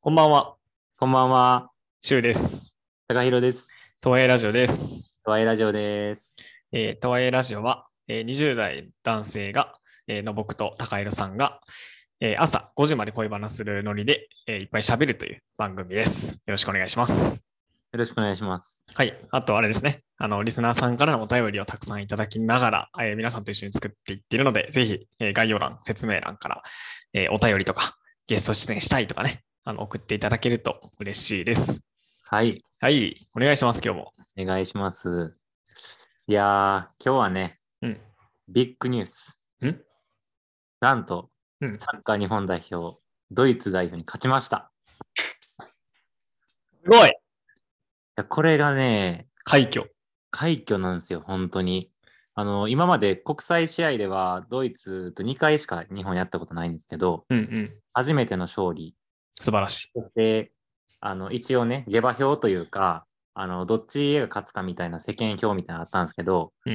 こんばんは、 こんばんは、 シュウです。 高弘です。 とわえラジオです。 トワイラジオです。 とわえラジオは、20代男性が、の僕と高弘さんが、朝5時まで恋バナするノリで、いっぱい喋るという番組です。よろしくお願いします。 よろしくお願いします。 はい。あと、あれですね。リスナーさんからのお便りをたくさんいただきながら、皆さんと一緒に作っていっているので、ぜひ、概要欄、説明欄から、お便りとか、ゲスト出演したいとかね、送っていただけると嬉しいです。 はい、 はい。お願いします、今日も。 お願いします。いやー、今日はね、 うん。 ビッグニュース。 んなんと、 うん。 サッカー日本代表、ドイツ代表に勝ちました。 すごいこれがね、 快挙。 快挙なんですよ、本当に。今まで国際試合ではドイツと2回しか日本やったことないんですけど、 うんうん。 初めての勝利。 素晴らしい。 そして、一応ね、下馬評というか、どっちが勝つかみたいな世間評みたいなのあったんですけど、 うん。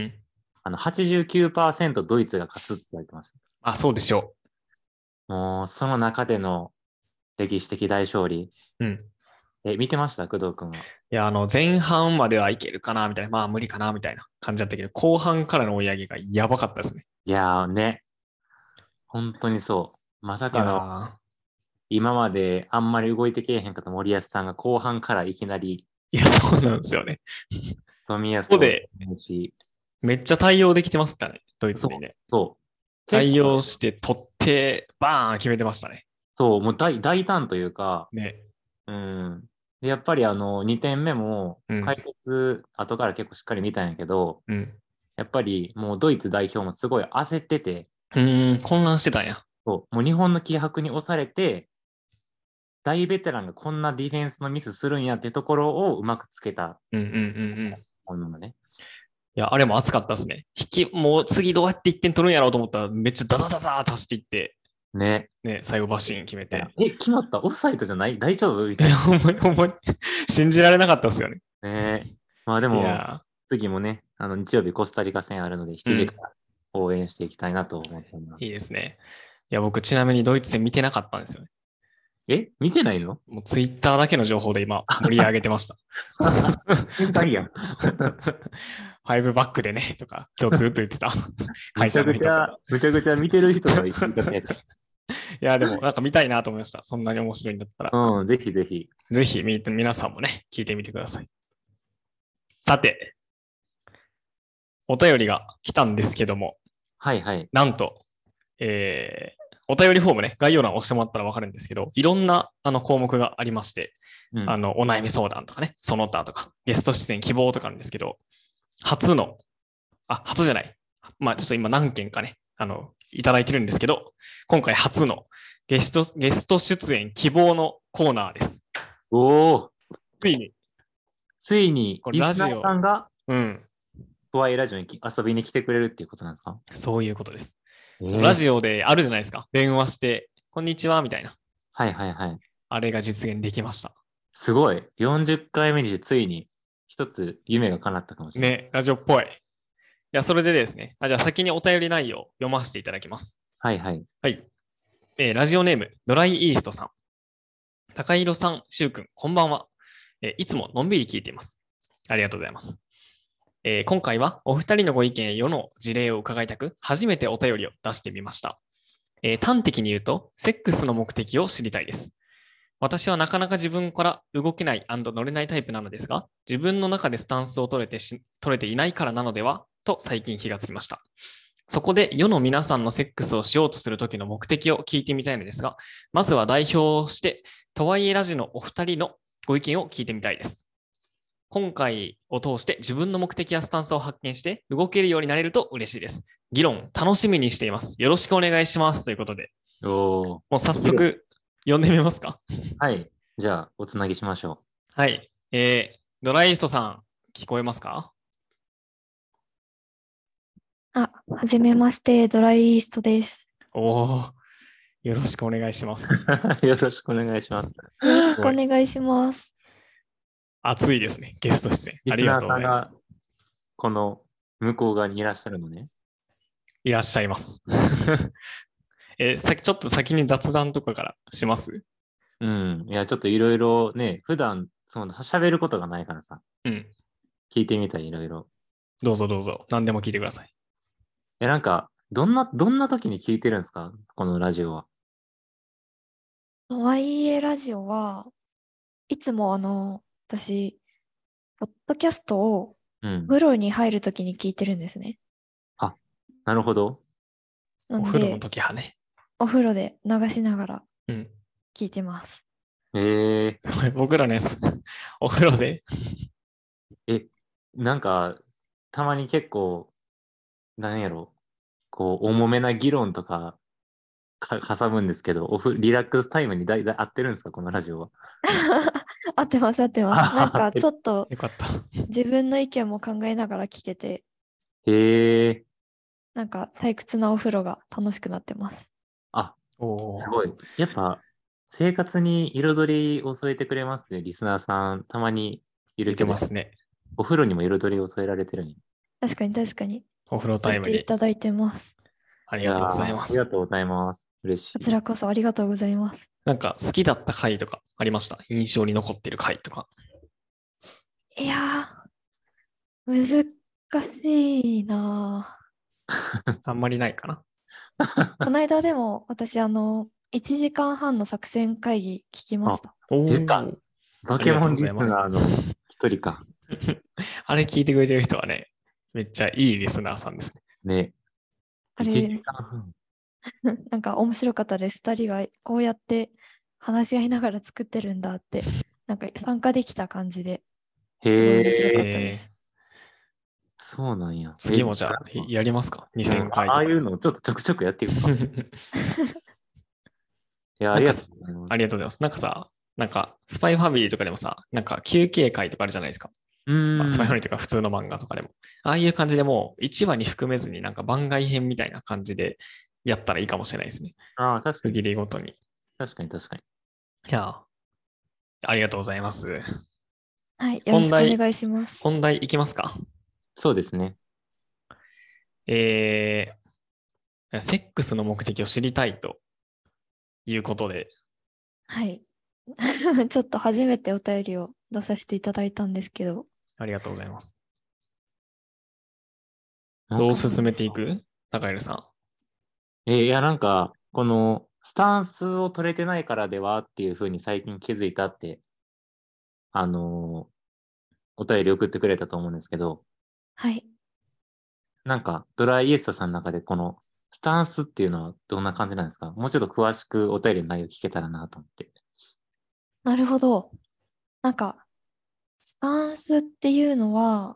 89%ドイツが勝つって言われてました。 あ、そうでしょもう、その中での歴史的大勝利。 う。うん。 見てました工藤君は？ いや、前半まではいけるかな、みたいな。まあ、無理かな、みたいな感じだったけど、後半からの追い上げがやばかったですね。 いやーね、本当にそう。まさいやかの、 ー、 今まであんまり動いてけえへんかった森保さんが後半からいきなりいや、そうなんですよね。 冨安をここで選し、 めっちゃ対応できてますからね、ドイツそう、 にね。 そう。結構、 対応して取って、バーン決めてましたね。 そう、もう大胆というか、 ね。 うん。で、やっぱり2点目も解うん。 説後から結構しっかり見たんやけど、 うん。 やっぱりもうドイツ代表もすごい焦ってて、 混乱してたんや。 そうもう日本の気迫に押されて、大ベテランがこんなディフェンスのミスするんやってところをうまくつけたうんうんうんうん。 もののね。 いや、あれも熱かったですね。もう次どうやって1点取るんやろうと思ったら、めっちゃダダダダーッと走っていって、 ね。 ね、最後バシーン決めて。 決まったオフサイドじゃない大丈夫みたいいや、ほんまに信じられなかったですよね。 な。ね。まあでも、 いや次もね、日曜日コスタリカ戦あるので、 ー、う 7時かん、 ら応援していきたいなと思っておりまいいす。 ですね。いや、僕ちなみにドイツ戦見てなかったんですよね。 見てないの？ もうツイッターだけの情報で今盛り上げてました。 天才やん。 ファイブバックでね、とか、今日ずっと言ってた会社の人とか。 むちゃくちゃ見てる人の言い方やかいや、でもなんか見たいなと思いました。そんなに面白いんだったら。 ら。うん、ぜひぜひ。 ぜひ皆さんもね、聞いてみてください。さて、お便りが来たんですけども、 はいはい。 なんと、お便りフォームね、概要欄を押してもらったらわかるんですけど、いろんな項目がありまして、 うん。 お悩み相談とかね、その他とか、ゲスト出演希望とかあるんですけど、初じゃない。まあ、ちょっと今何件かね、いただいてるんですけど、今回初のゲスト出演希望のコーナーです。 おお、 ついに、 ついにこれリスナーさラジオ、 んがうん、 トワイラジオに遊びに来てくれるっていうことなんですか？ そういうことです。ラええ、 ジオであるじゃないですか。電話して、こんにちは、みたいな。 はいはいはい。 あれが実現できました。 すごい。40回目にしてついに一つ夢が叶ったかもしれない。 ね、ラジオっぽい。いや、それでですね。じゃあ先にお便り内容を読ませていただきます。 はいはい。 はい。ラジオネーム、ドライイーストさん。高弘さん、しゅうくん、こんばんは。いつものんびり聞いています。ありがとうございます。今回はお二人のご意見や世の事例を伺いたく、初めてお便りを出してみました。端的に言うと、セックスの目的を知りたいです。私はなかなか自分から動けない乗れないタイプなのですが、自分の中でスタンスを取れていないからなのではと最近気がつきました。そこで世の皆さんのセックスをしようとするときの目的を聞いてみたいのですが、まずは代表して、とはいえラジのお二人のご意見を聞いてみたいです。今回を通して自分の目的やスタンスを発見して動けるようになれると嬉しいです。議論楽しみにしています。よろしくお願いします。ということで、 おお。 もう早速読んでみますか？ はい。じゃあ、おつなぎしましょはい。ドライイーストさん、聞こえますか？ はじめまして、ドライイーストです。 おお、よろしくお願いします。 う。よろしくお願いします。 よろしくすごい。 お願いします。 熱いですね。ゲスト出演。ありがリスナーさんがとうございます。 この向こう側にいらっしゃるのね。 いらっしゃいます。ちょっと先に雑談とかからします？ うん。いや、ちょっといろいろね、普段、喋ることがないからさ、 うん。 聞いてみたい、いろいろ。 どうぞどうぞ。何でも聞いてください。 なんか、どんな時に聞いてるんですかこのラジオは。 とはいえラジオはいつも私、ポッドキャストをうんお。風呂に入るときに聞いてるんですね。 あ、なるほど。 なんお風呂ので、 時はね。 お風呂で流しながらうん。 聞いてます。 これ僕らのやつ。お風呂で。 え、なんか、たまに結構、なんやろ、こう、重めな議論とか、挟むんですけど、リラックスタイムにだい合ってるんですかこのラジオは。 合ってます、合ってます。なんかちょっとよかった。 自分の意見も考えながら聞けて、 へえ、 なんか退屈なお風呂が楽しくなってます。 あ、 おー、 すごい。やっぱ、生活に彩りを添えてくれますね。リスナーさん、たまにいる見てけど、 ますね。 お風呂にも彩りを添えられてるんや。 確かに確かに。 お風呂そう言っていタイムに。 ただいてます。 ありいやー、 がとうございあます。 りがとうございます。嬉しい。 こちらこそありがとうございます。 なんか好きだった回とかありました？印象に残ってる回とか。 いやー、難しいなあんまりないかな。 ぁ。この間でも私1時間半の作戦会議聞きまあ、 した。 お出た。 ー、 バありがとケモンリスうございます。 ナーの一人か。 あれ聞いてくれてる人はね、めっちゃいいリスナーさんですね。 ね。 あ 1時れ、 間半。 なんか面白かったです。2人がこうやって話し合いながら作ってるんだって、なんか参加できた感じですごいへ面白かったでえー、 す。 そうなんや。 次もじゃあやりますか？ うん、 2000 回ああとか。 いうのをちょっとちょくちょくやっていくか。いや、あなんかりがとうございます。 ありがとうございます。なんかさ、なんか、スパイファミリーとかでもさ、なんか休憩会とかあるじゃないですか。 うまあ、スパイファミリーーん。 というか普通の漫画とかでも。ああいう感じでもう1話に含めずになんか番外編みたいな感じでやったらいいかもしれないですね。 ああ、確か区切に。 りごとに。い確かに、確かに。 や、ありがとうございます。 はい、よろ本題、 しくお願いします。 本題いきますか？ そうですね。 えセックスの目的を知りたいということで、 はい。ちょっと初めてお便りを出させていただいたんですけど、 ありがとうございます。 なんかどう進めていく？高弘さん。 いや、なんか、この、スタンスを取れてないからではっていうふうに最近気づいたって、あのーお便り送ってくれたと思うんですけど、 はい。 なんか、ドライイエストさんの中でこの、スタンスっていうのはどんな感じなんですか？もうちょっと詳しくお便りの内容聞けたらなと思って。 なるほど。なんか、スタンスっていうのは、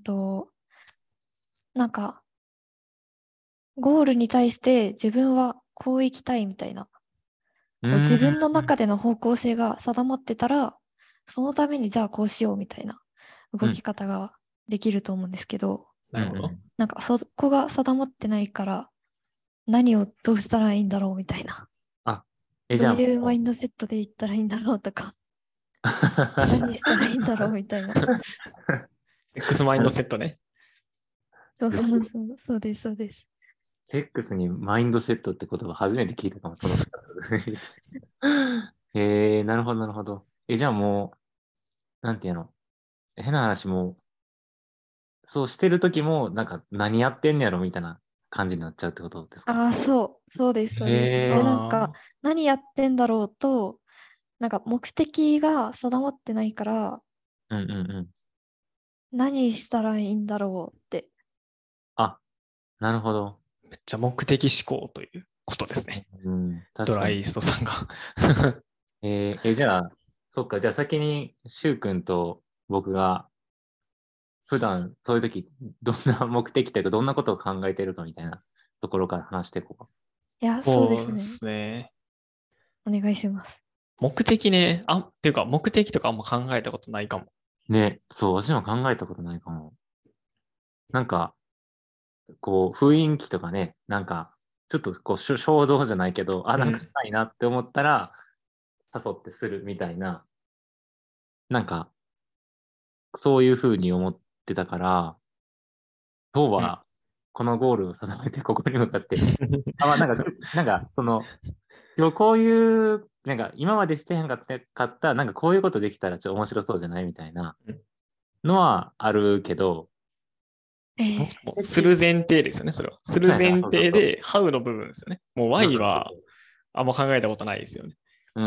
なんか、ゴールに対して自分はこう行きたいみたいな、 うこう自ーん。 分の中での方向性が定まってたら、そのためにじゃあこうしようみたいな動きうん。 方ができると思うんですけど、 なるほど。 うんうん。 なんかそこが定まってないから、何をどうしたらいいんだろうみたいな。 あ、じどうゃあもいうマインドセットで行ったらいいんだろうとか、 う。 何したらいいんだろうみたいな。 セックスマインドセットね。 そうそすごいうそう、そうです、そうです。 セックスにマインドセットって言葉初めて聞いたかも、その2つ。なるほど、なるほど。じゃあもう、なんていうの、変な話も、そうしてる時も、なんか何やってんねやろみたいな感じになっちゃうってことですか？ ああ、そう、そうです、そうです。で、なんか、 ああ、 何やってんだろうと、なんか目的が定まってないから、 うんうんうん。 何したらいいんだろうって。 あ、なるほど。 めっちゃ目的思考ということですね。 うん、確かに。 ドライイーストさんが。 じゃあ、そっか、じゃあ先に、しゅうくんと僕が、普段そういう時、どんな目的というか、どんなことを考えてるかみたいなところから話していこうか。 いや、そうでそうですね。 すね。 お願いします。 目的ね。っていうか目的とかあんま考えたことないかも。 ね、そう、私も考えたことないかも。なんか、こう、雰囲気とかね、なんか、ちょっとこう、衝動じゃないけど、あ、なんかしたいなって思ったら、誘ってするみたいな、なんか、そういうふうに思ってたから、今日うん。 は、このゴールを定めて、ここに向かって、あ、まあ、なんか、その、 今日こういう、なんか今までしてへんかった、なんかこういうことできたらちょっと面白そうじゃないみたいなのはあるけど、 えーもうする前提ですよね、それは。するそうやな前そうそうそう提で、ハウの部分ですよね。もうそう Y そうはそうあんま考えたことないですよね。 うん。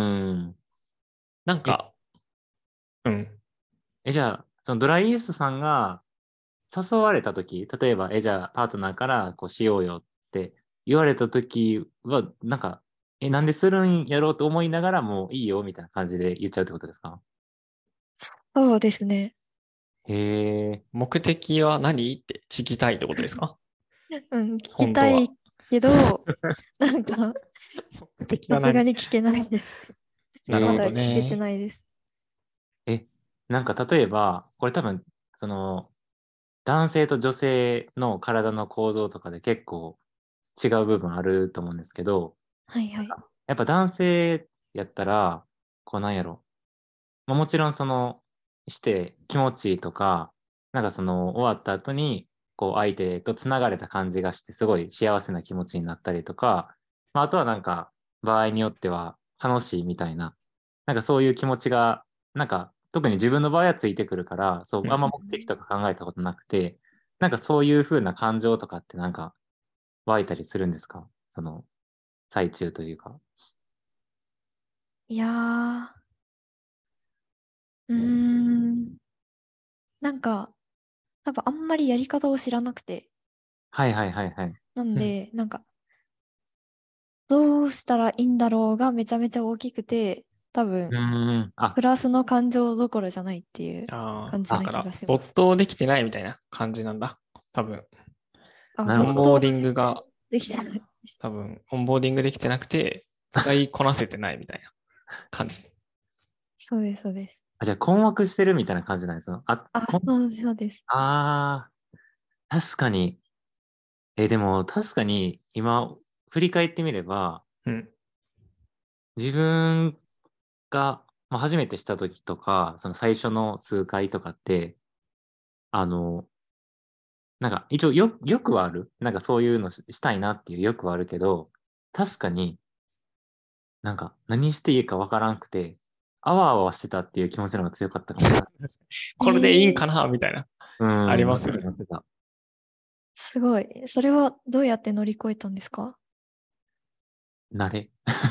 え、 なんか、うん。 じゃあ、そのドライエースさんが誘われたとき、例えば、じゃあ、パートナーからこうしようよって言われたときは、なんか、なんでするんやろうと思いながらもいいよみたいな感じで言っちゃうってことですか？ そうですね。 へえ、 目的は何って聞きたいってことですか？ うん、聞き本当は。 たいけど、なんか、 目的さすがは何？ に聞けないです。 なるほどまだ聞けてね。 ないです。 え、なんか例えば、これ多分、その、男性と女性の体の構造とかで結構違う部分あると思うんですけど、 はいはい。 やっぱ男性やったら、こうなんやろ。まあ、もちろんその、して気持ちいいとか、なんかその終わった後に、こう相手とつながれた感じがして、すごい幸せな気持ちになったりとか、まあ、あとはなんか場合によっては楽しいみたいな、なんかそういう気持ちが、なんか特に自分の場合はついてくるから、そう、あんま目的とか考えたことなくて、なんかそういう風な感情とかってなんか湧いたりするんですか？その最中というか。 いやー、うーん、なんか、多分あんまりやり方を知らなくて、 はいはいはいはい。 うん。 なんで、なんか、どうしたらいいんだろうがめちゃめちゃ大きくて、多分、 うーん。あ、 プラスの感情どころじゃないっていうああ、 感じな気だから、 がします。 没頭できてないみたいな感じなんだ。多分。 あ、 なるほど。 没頭はオンボーディン全然グが、 できてないです。 多分、オンボーディングできてなくて、使いこなせてないみたいな感じ。 そうです、そうです。 じゃあ困惑してるみたいな感じなんですよ。 あ、そうです、そうです。 あ確かに。でも確かに今振り返ってみれば、 うん。 自分が、まあ、初めてした時とか、その最初の数回とかって、あの、なんか一応よくはある。なんかそういうのしたいなっていうよくはあるけど、確かになんか何していいかわからんくて、あわあわしてたっていう気持ちの方が強かったかもな。 これでいいんかえー、 なみたいな。 うありん、なってますよね。 たなってた。 すごい。それはどうやって乗り越えたんですか？ 慣れ。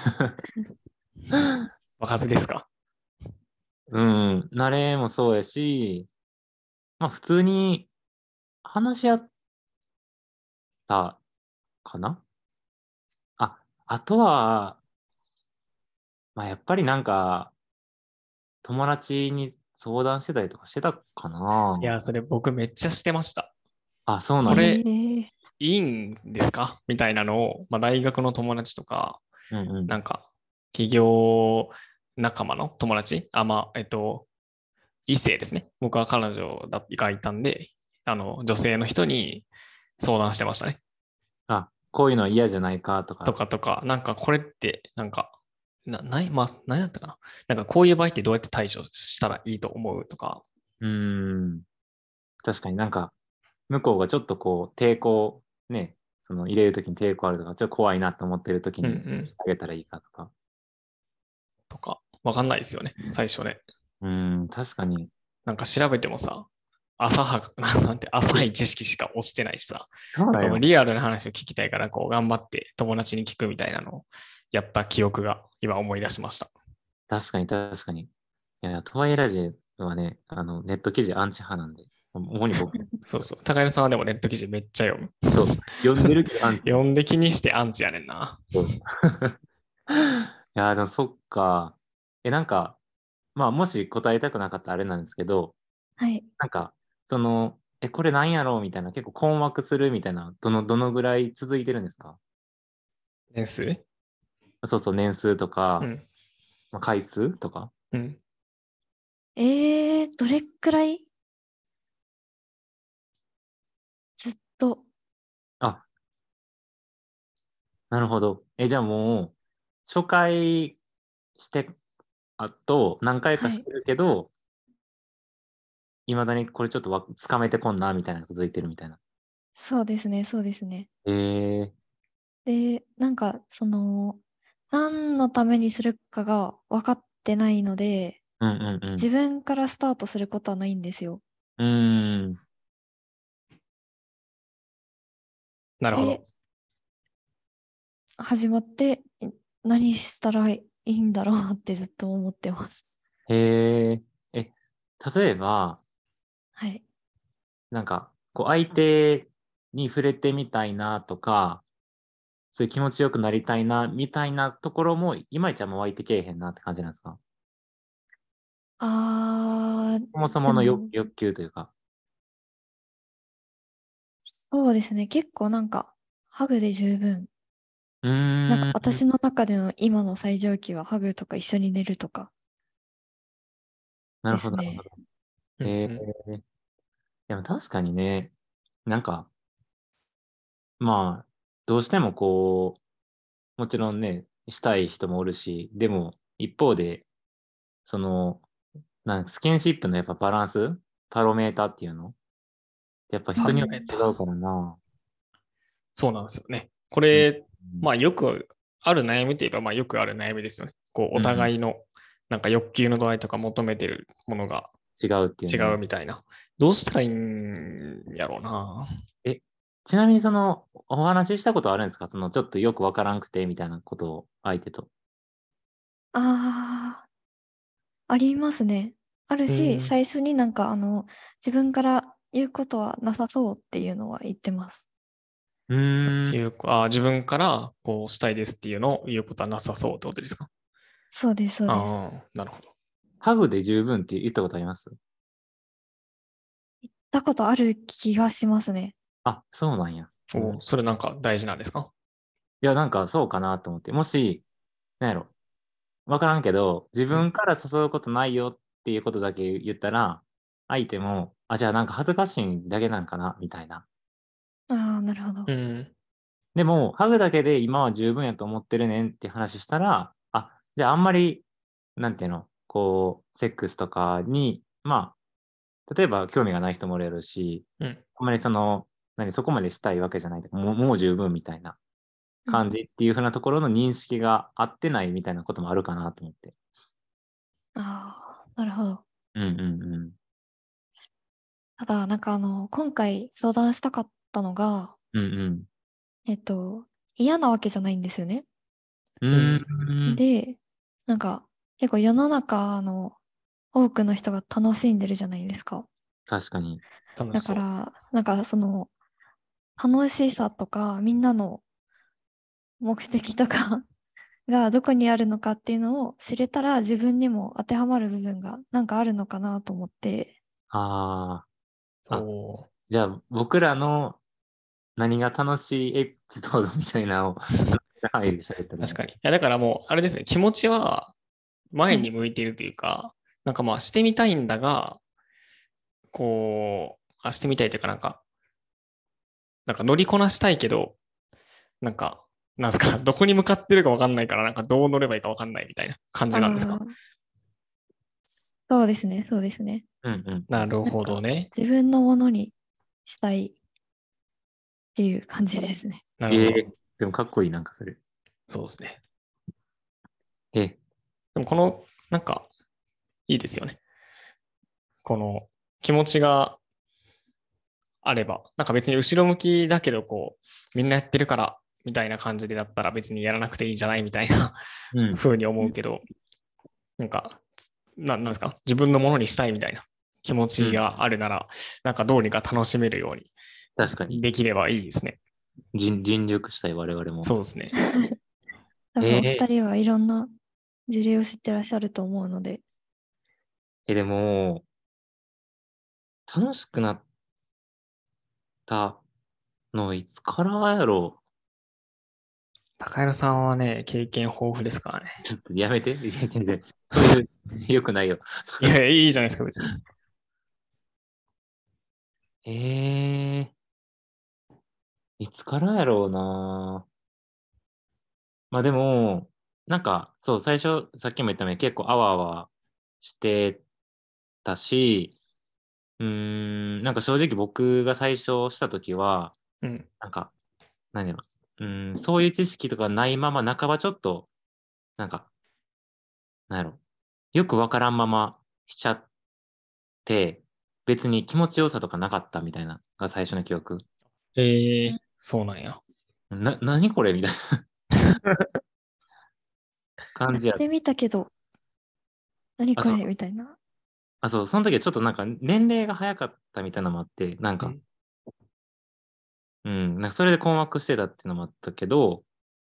爆発ですか？ うん、慣れもそうやし、まあ普通に話し合ったかな。あとは、まあやっぱりなんか友達に相談してたりとかしてたかな。 いや、それ僕めっちゃしてました。 あ、そうえなんや。 これー、 いいんですかみたいなのを、まあ、大学の友達とか、 うんうん。 なんか、企業仲間の友達、異性ですね。僕は彼女がいたんで、女性の人に相談してましたね。 こういうのは嫌じゃないかとか。 なんかこれって、なんか、まあ、何だったかな。なんかこういう場合ってどうやって対処したらいいと思うとか、 うーん。確かになんか、向こうがちょっとこう、抵抗、ね、その入れるときに抵抗あるとか、ちょっと怖いなと思ってるときうんうにん、 してあげたらいいかとか。 とか、わかんないですよね、最初ね。 確かに。 なんか調べてもさ、浅はか、なんて浅い知識しか落ちてないしさ、なんかもうそうだよ。 リアルな話を聞きたいから、こう頑張って友達に聞くみたいなのをやった記憶が今思い出しました。 確かに確かに。いや、とはいえラジはね、ネット記事アンチ派なんで、主に僕なんですけど。 そうそう。高井さんはでもネット記事めっちゃ読む。 そう。読んでるけどアンチなんです。 読んで気にしてアンチやねんな。 そう。いや、でもそっか。なんか、まあ、もし答えたくなかったらあれなんですけど、 はい。 なんか、その、これなんやろうみたいな、結構困惑するみたいな、どのぐらい続いてるんですか？ 年数。 そうそう、年数とか、 うん。 まあ、回数とか。 うん。 どれくらいずっと。 あ、なるほど。じゃあもう、初回して何回かはい。 してるけど、いまだにこれちょっとつかめてこんな、みたいなのが続いてるみたいな。 そうですね、そうですね。 えー、 で、なんか、その、 何のためにするかが分かってないので、 うんうん自分からスタートすることはないんですよ。 うん。うん。 なるほどで。、始まって何したらいいんだろうってずっと思ってます。 へえ。例えば、 はい。 なんか、こう、相手に触れてみたいなとか、そういう気持ちよくなりたいな、みたいなところも、いまいちあんま湧いてけえへんなって感じなんですか？そもそものでも、 欲求というか。 そうですね。結構なんか、ハグで十分。 うなんかーん。 私の中での今の最上級はハグとか一緒に寝るとかでなるほど、なるほすね。 ど。えうんうん。 ー、でも確かにね、なんか、まあ、どうしてもこう、もちろんね、したい人もおるし、でも、一方で、その、スキンシップのやっぱバランス、パロメーターっていうのやっぱパ人によっロメーター。 て違うからな。 そうなんですよね。こうん。 れ、まあよくある悩みといえば、まあよくある悩みですよね。こう、おうんうん。 互いのなんか欲求の度合いとか求めてるものが違うっていう違ね。 うみたいな。どうしたらいいんやろうな。 え、ちなみにその、お話ししたことあるんですか？その、ちょっとよくわからんくて、みたいなことを、相手と。 あありますね。あるし、 へえ。 最初になんか自分から言うことはなさそうっていうのは言ってます。 うーん。 自分からこうしたいですっていうのを言うことはなさそうってことですか？ そうです、そうです。 ああ、なるほど。 ハグで十分って言ったことあります？ 言ったことある気がしますね。 あ、そうなんや。うん。いそれなんか大事なんですか？ や、なんかそうかなと思って。もし、なんやろ、わからんけど、自うん。 分から誘うことないよっていうことだけ言ったら、相手も、あ、じゃあなんか恥ずかしいだけなんかな、みたいな。 ああ、なるほど。 うん。 でも、ハグだけで今は十分やと思ってるねんって話したら、あ、じゃああんまり、なんていうの、こう、セックスとかに、まあ、例えば興味がない人もいるし、 うん。 あんまりその、そこまでしたいわけじゃない。もう十分みたいなうん。 感じっていう風なところの認識が合ってないみたいなこともあるかなと思って。 ああ、なるほど。 うんうんうん。 ただ、なんか今回相談したかったのが、 うんえっと、嫌なわけじゃないんですよね。 うん。 うん。 で、なんか、結構世の中の多くの人が楽しんでるじゃないですか。 確かに。 だ楽しそから、なんかその、楽しさとか、みんなの目的とかがどこにあるのかっていうのを知れたら自分にも当てはまる部分がなんかあるのかなと思って。 あう。 あ。あ、じゃあ僕らの何が楽しいエピソードみたいなのを、はい、喋ったらいいの？ 確かに。いや、だからもう、あれですね、気持ちは前にはい。 向いているというか、なんかまあしてみたいんだが、してみたいというかなんか乗りこなしたいけど、なんか、なんすか、どこに向かってるかわかんないから、なんかどう乗ればいいかわかんないみたいな感じなんですか？ ああ、そうですね、そうですね。 うんうんうん。 なるなんかほどね。 自分のものにしたいっていう感じですね。 なるほど。 でもかっこいい、なんかそれ。 そうですね。 え、 でもこの、なんか、いいですよね。この気持ちがあれば、なんか別に後ろ向きだけど、こう、みんなやってるから、みたいな感じでだったら別にやらなくていいんじゃないみたいなうん。 風に思うけど、なんか、なんですか、自分のものにしたいみたいな気持ちうん。 があるなら、なんかどうにか楽しめるよう確かに。 にできればいいですね。 尽力したい、我々も。 そうですね。 多分お二えー人はいろんな事例を知ってらっしゃると思うので。 でも、楽しくなったのいつからやろ高弘さんはね、経験豊富ですからね。 う。ちょっとやめて。いや、全然。そういう、よくないよ。 いやいや、いいじゃないですか、別に。 えー、いつからやろうな。まあでも、なんか、そう、最初、さっきも言ったように結構あわあわしてたし、なんか正直僕が最初した時は、 うん。 なんか、何やろ、そういう知識とかないまま半ばちょっとなんか、なんやろ。よくわからんまましちゃって、別に気持ちよさとかなかったみたいなのが最初の記憶。 そうなんや。 何これみたいな感じや。 やってみたけど、何こあ、そうれみたいな。 そう、その時はちょっとなんか年齢が早かったみたいなのもあって、なんか、 うん。 なんかそれで困惑してたっていうのもあったけど、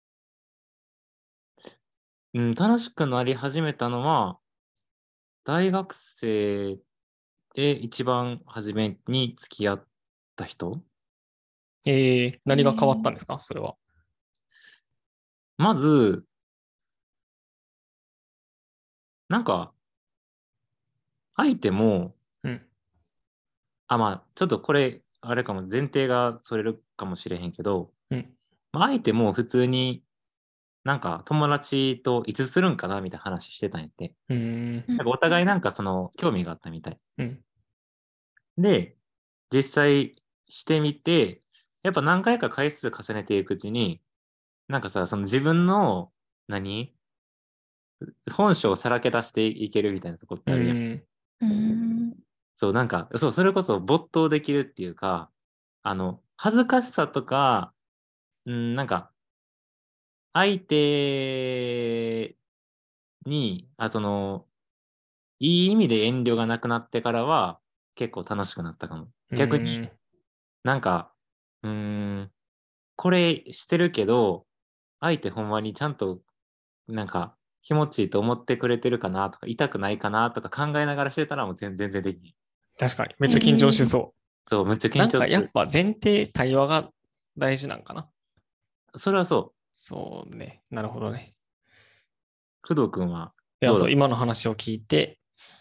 楽しくなり始めたのは、大学生で一番初めに付き合った人。 何が変わったんですかそれは。 まず、なんか、相手も、 うん。 まあ、ちょっとこれ、あれかも、前提がそれるかもしれへんけど、 うん。 まあ、相手も普通になんか友達といつするんかなみたいな話してたんやって。 うん。 なんかお互いなんかその興味があったみたい。 うん。 で、実際してみて、やっぱ何回か回数重ねていくうちに、なんかさ、その自分の本性をさらけ出していけるみたいなとこってうあるやん。 ん。 うーん。 そう、なんか、そう、それこそ没頭できるっていうか、恥ずかしさとか、なんか、相手に、いい意味で遠慮がなくなってからは、結構楽しくなったかも。 う逆にん。 なんか、うーん、これしてるけど、相手ほんまにちゃんと、なんか、気持ちいいと思ってくれてるかなとか、痛くないかなとか考えながらしてたらもう全然できん。 確かに。めっちゃ緊張しそそう、めっちゃう。なんか緊張する。 やっぱ前提対話が大事なんかな。 それはそそうね。なるほどね。 う。工藤君はいや、そう、 どうだっ今の話を聞いて、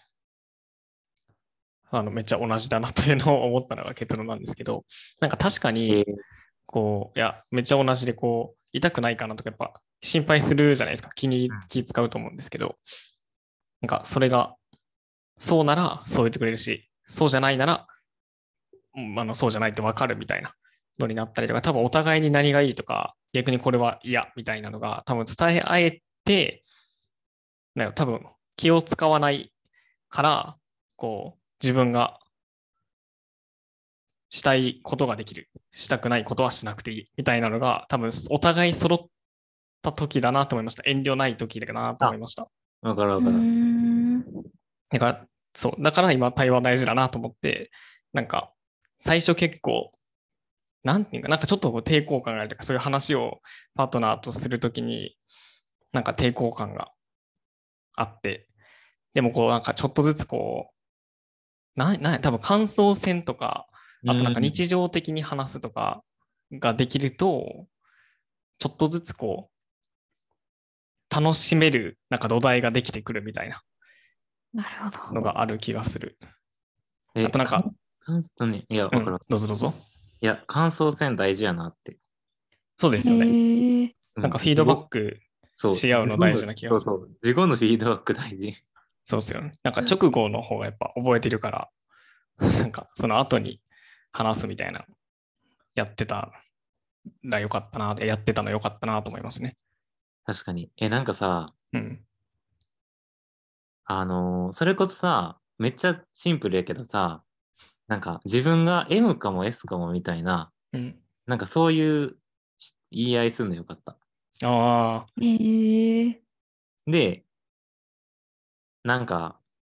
めっちゃ同じだなというのを思ったのが結論なんですけど、なんか確かた？ に、こう、いや、めっちゃ同じで、こう、痛くないかなとか、やっぱ心配するじゃないですか。気使うと思うんですけど、なんかそれが、そうならそう言ってくれるし、そうじゃないなら、そうじゃないって分かるみたいなのになったりとか、多分お互いに何がいいとか、逆にこれは嫌みたいなのが、多分伝え合えて、多分気を使わないから、こう、自分がしたいことができる。したくないことはしなくていい。みたいなのが、多分お互い揃った時だなと思いました。遠慮ない時だなと思いました。 わかるわうーかる。 ん。 だから、そう。だから今対話大事だなと思って、なんか、最初結構、なんていうか、なんかちょっとこう抵抗感があるとか、そういう話をパートナーとするときに、なんか抵抗感があって、でもこう、なんかちょっとずつこう、多分感想戦とか、あとなんか日常的に話すとかができると、ちょっとずつこう、楽しめる、なんか土台ができてくるみたいななるほど。 のがある気がする。あえ、 となんか、 いや、 うん、 わかる。 どうぞどうぞ。 いや、感想戦大事やなって。 そうですよね。 へえ。 なんかフィードバックそう、 し合うの大事な気がする。 自己のフィードバック大事。 そうですよね。なんか直後の方がやっぱ覚えてるから、なんかその後に話すみたいな、やってたらよかったな、やってたのよかったなと思いますね。 確かに。なんかさ、 うん。 それこそさ、めっちゃシンプルやけどさ、なんか自分が M かも S かもみたいな、 うん。 なんかそういう言い合いするのよかった。 ああ、 へえ。 で、なんか、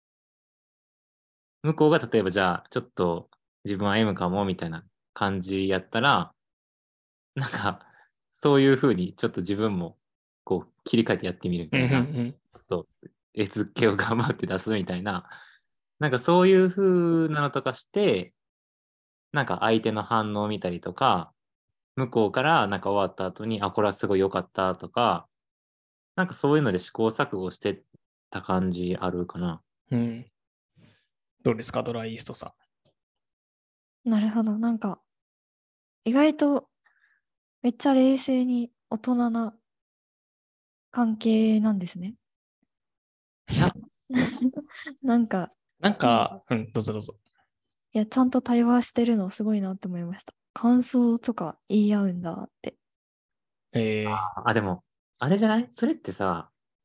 向こうが例えばじゃあ、ちょっと自分は M かもみたいな感じやったら、なんか、そういうふうにちょっと自分もこう切り替えてやってみるみうんうんうたいな、 ん。 ちょっと S 系を頑張って出すみたいな、なんかそういうふうなのとかして、なんか相手の反応を見たりとか、向こうからなんか終わった後に、これはすごい良かったとか、なんかそういうので試行錯誤してた感じあるかな。 うん。どうですか、ドライイーストさなるほど。なんか、意外とめっちゃ冷静に大人な関係なんですね。 いや、 なんか、 ん。なんか、うん、どうぞどうぞ。 いや、ちゃんと対話してるのすごいなって思いました。感想とか言い合うんだって。 えでも、あれじゃないそれってさ、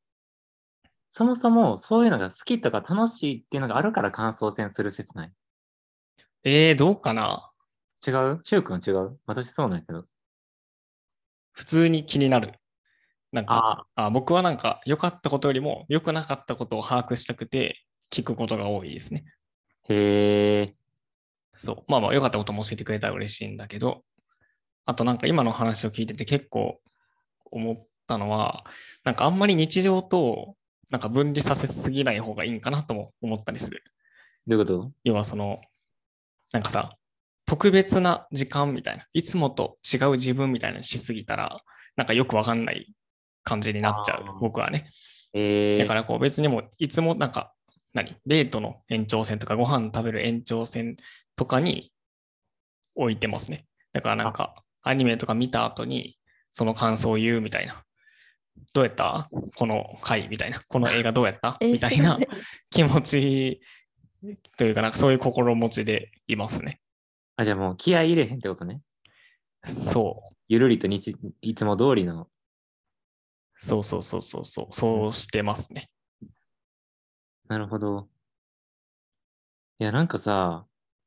そもそもそういうのが好きとか楽しいっていうのがあるから感想戦する説ない？ どうかな。 違う？しゅうくん違う？私そうなんやけど。 普通に気になる。なんか、 あ僕はなんか良かったことよりも良くなかったことを把握したくて聞くことが多いですね。 あ、へえ。 そう。まあまあ良かったことも教えてくれたら嬉しいんだけど、あとなんか今の話を聞いてて結構思ったのは、なんかあんまり日常となんか分離させすぎない方がいいんかなとも思ったりする。 どういうこと？ 要はその、なんかさ、特別な時間みたいな、いつもと違う自分みたいなのしすぎたら、なんかよくわかんない感じになっちゃう、 ああ僕はね。 ー、 だからこう別にもいつもなんか、デートの延長線とかご飯食べる延長線とかに置いてますね。だからなんか、アニメとか見た後に、その感想を言うみたいな。どうやったこの回みたいな。この映画どうやったみたいなすごい。 気持ちというか、なんかそういう心持ちでいますね。 あ、じゃあもう気合い入れへんってことね。 そう。 ゆるりといつも通りの。 そうそうそうそうそう。そうしてますね。 なるほど。いや、なんかさ、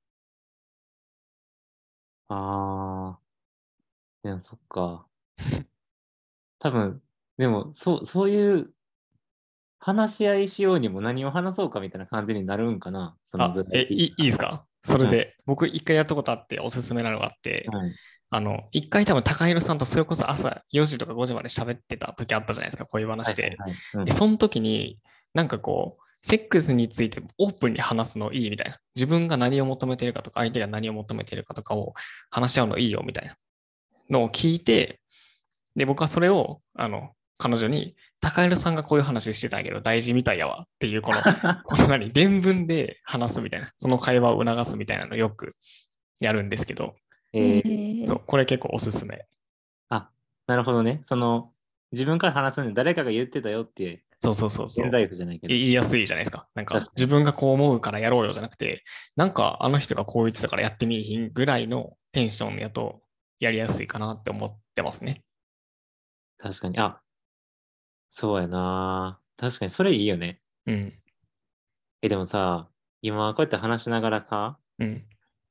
あー、でもそっか。多分、でも、そういう話し合いしようにも何を話そうかみたいな感じになるんかな。そのぐらい。 いいですかそれうん。 で、僕一回やったことあっておすすめなのがあって、 うん。 一回多分高弘さんとそれこそ朝4時とか5時まで喋ってた時あったじゃないですか、こういうはいはい話で。 はい。うで、 ん。 その時に、なんかこう、セックスについてオープンに話すのいいみたいな。自分が何を求めているかとか、相手が何を求めているかとかを話し合うのいいよみたいなのを聞いて、で、僕はそれを、彼女に、高弘さんがこういう話してたんやけど大事みたいやわっていう、この伝聞で話すみたいな、その会話を促すみたいなのをよくやるんですけど、 えー、 そう、これ結構おすすめ。 あ、なるほどね。自分から話すんで誰かが言ってたよって、 そうそうそうそう。 現ライフじゃないけど。 言いやすいじゃないですか。なんか確かに。 自分がこう思うからやろうよじゃなくて、なんかあの人がこう言ってたからやってみいひんぐらいのテンションやとやりやすいかなって思ってますね。 確かに。あ、そうやな。確かに、それいいよね。 うん。 でもさ、今こうやって話しながらさ、 うん。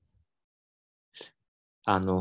あの、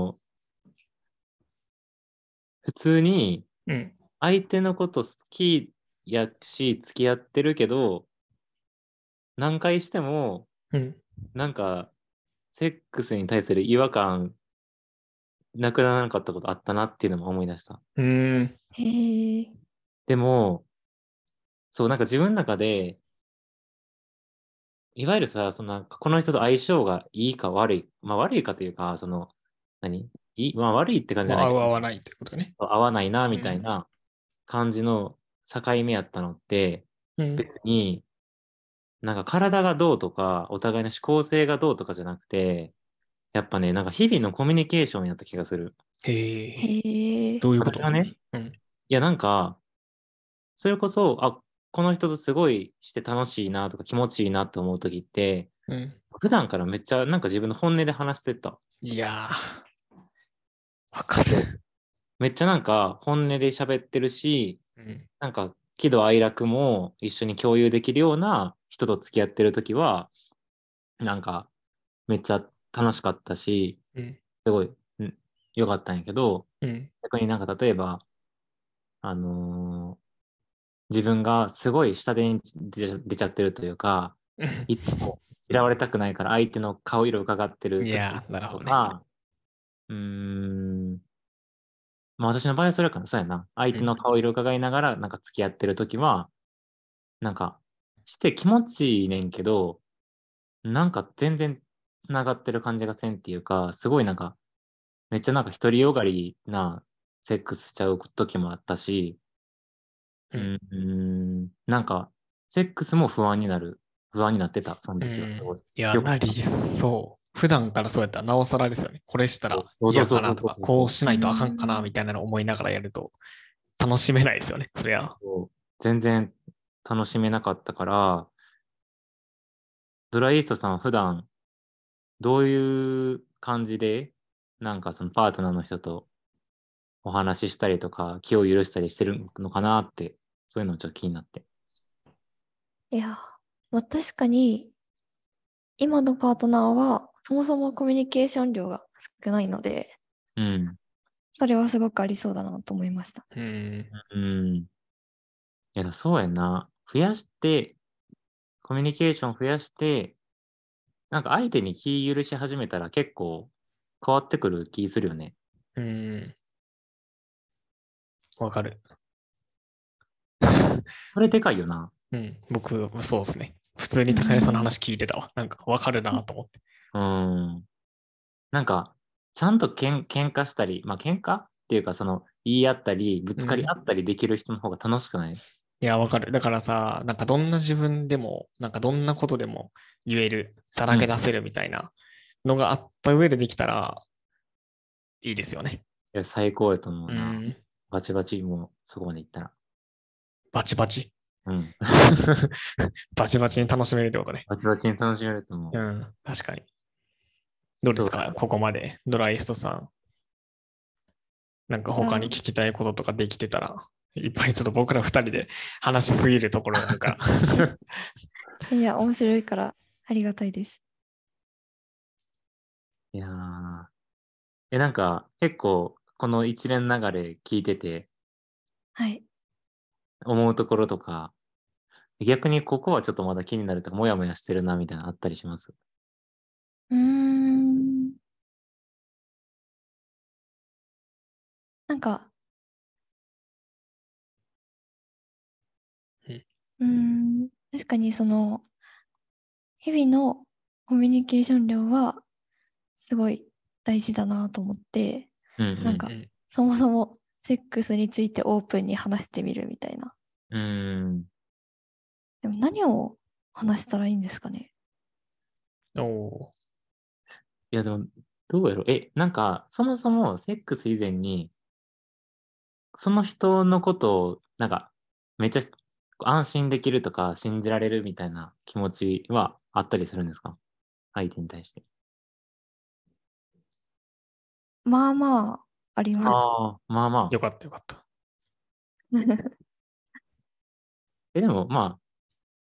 普通にうん。 相手のこと好きやし、付き合ってるけど、何回しても、 うん。 なんか、セックスに対する違和感なくならなかったことあったなっていうのも思い出した。 うーん。 へえ。 でも、そう、なんか自分の中で、いわゆるさ、なんかこの人と相性がいいか悪い、まあ悪いかというか、まあ悪いって感じじまあ、合うゃないけど、 合わないということね。 合わないな、みたいうん。 な感じの境目やったのって、 うん。 別になんか体がどうとか、お互いの思考性がどうとかじゃなくて、やっぱね、なんか日々のコミュニケーションやった気がする。 へえ。 へえ。 どういうこと私はね、 うん。 いやなんか、それこそ、この人とすごいして楽しいなとか気持ちいいなって思う時って、 うん。 普段からめっちゃなんか自分の本音で話してた。 いやー、わかそうる。 めっちゃなんか本音で喋ってるし、 うん。 なんか喜怒哀楽も一緒に共有できるような人と付き合ってる時は、なんかめっちゃ楽しかったし、 うん。 すごい、良かったんやけど、 うん。 逆になんか例えば、あのー自分がすごい下手に出ちゃってるというか、いつも嫌われたくないから相手の顔色を伺ってる時いやー、なるほどね。 とか、うーん、まあ私の場合はそれかな、そうやな。相うん。 手の顔色を伺いながらなんか付き合ってる時は、なんかして気持ちいいねんけど、なんか全然繋がってる感じがせんっていうか、すごいなんか、めっちゃなんか独りよがりなセックスしちゃう時もあったし、 うん。 なんか、セックスも不安になってた、そのう時はすごい。 ん。いや、 よく、 なりそう。普段からそうやったらなおさらですよね。これしたらそうそうそうそう嫌かなとか、 そうそう。 こうしうないとあかんかなん。 みたいなのを思いながらやると楽しめないですよね。そりゃ。 全然楽しめなかったから、ドライイーストさんは普段どういう感じで、なんかそのパートナーの人とお話ししたりとか、気を許したりしてるのかなって、そういうのちょっと気になって。 いや、まあ、確かに今のパートナーはそもそもコミュニケーション量が少ないので、 うん。 それはすごくありそうだなと思いました。 うん。 うん。いや、そうやんな。増やして、コミュニケーション増やして、なんか相手に気許し始めたら結構変わってくる気するよね。 うん。わかる。 それでかいよな。 うん。僕もそうですね。普通に高根さんの話聞いてたわ。なんかわかるなと思って。 うん。なんか、ちゃんと喧嘩したり、まあ喧嘩っていうか、言い合ったり、ぶつかり合ったりできる人の方が楽しくない？ いや、わかる。だからさ、なんかどんな自分でも、なんかどんなことでも言える、さらけ出せるみたいなのがあった上でできたらいいですよね。 いや、最高やと思うな。 うん。 バチバチもうそこまで行ったら。 バチバチ。 うん。 バチバチに楽しめるってことね。 バチバチに楽しめると思う。 うん。確かに。どうですそう。 かここまで。ドライストさん。なんか他に聞きたいこととかできてたら、いっぱいちょっと僕ら二人で話しすぎるところがあるから。 いや、面白いからありがたいです。 いやー。なんか、結構、この一連流れ聞いてて、 はい。 思うところとか、逆にここはちょっとまだ気になるとか、もやもやしてるな、みたいなのあったりします？ うーん。なんか、確かに日々のコミュニケーション量はすごい大事だなと思って、なんか、 うんそもそもセックスについてオープンに話してみるみたいな。 うん。 でも何を話したらいいんですかね。 おー。 いや、でも、どうやろう。なんか、そもそもセックス以前に、その人のことを、なんか、めっちゃ安心できるとか、信じられるみたいな気持ちはあったりするんですか？相手に対して。 まあまあ、あります。 ああ、まあまあ。 よかったよかった。 でも、まあ、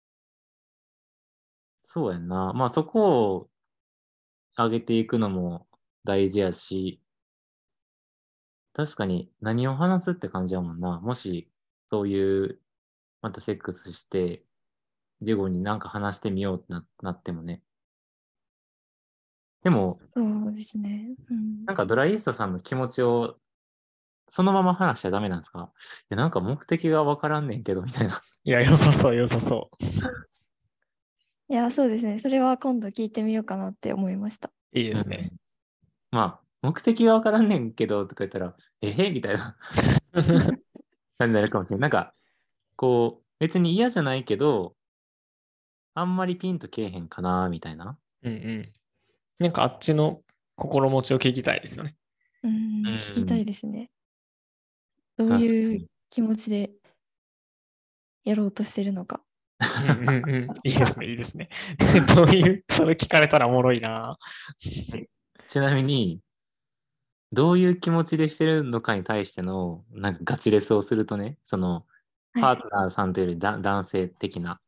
そうやんな。まあ、そこを上げていくのも大事やし、確かに何を話すって感じやもんな。もし、そういう、またセックスして、ジゴになんか話してみようってなってもね。でも、 そうですね。 なんかドライイーストさんの気持ちをそのまま話しちゃダメなんですか？いや、なんか目的がわからんねんけど、みたいな。 いや、良さそう、良さそいや、そうですね。それは今度聞いてみようかなって思いました。 う。いいでうん。 すね。 まあ、目的がわからんねんけど、とか言ったら、みたいな感じになるかもしれない。なんか、こう、別に嫌じゃないけど、あんまりピンとけえへんかな、みたいな。 うんうん。なんかあっちの心持ちを聞きたいですよね。 う聞きたん。 いですね。どういう確かに。 気持ちでやろうとしてるのか。 うんうんうん。いいですね、いいですね。どういう、それ聞かれたらおもろいな。 ちなみに、どういう気持ちでしてるのかに対しての、なんかガチレスをするとね、 はい。 パートナーさんというより男性的な、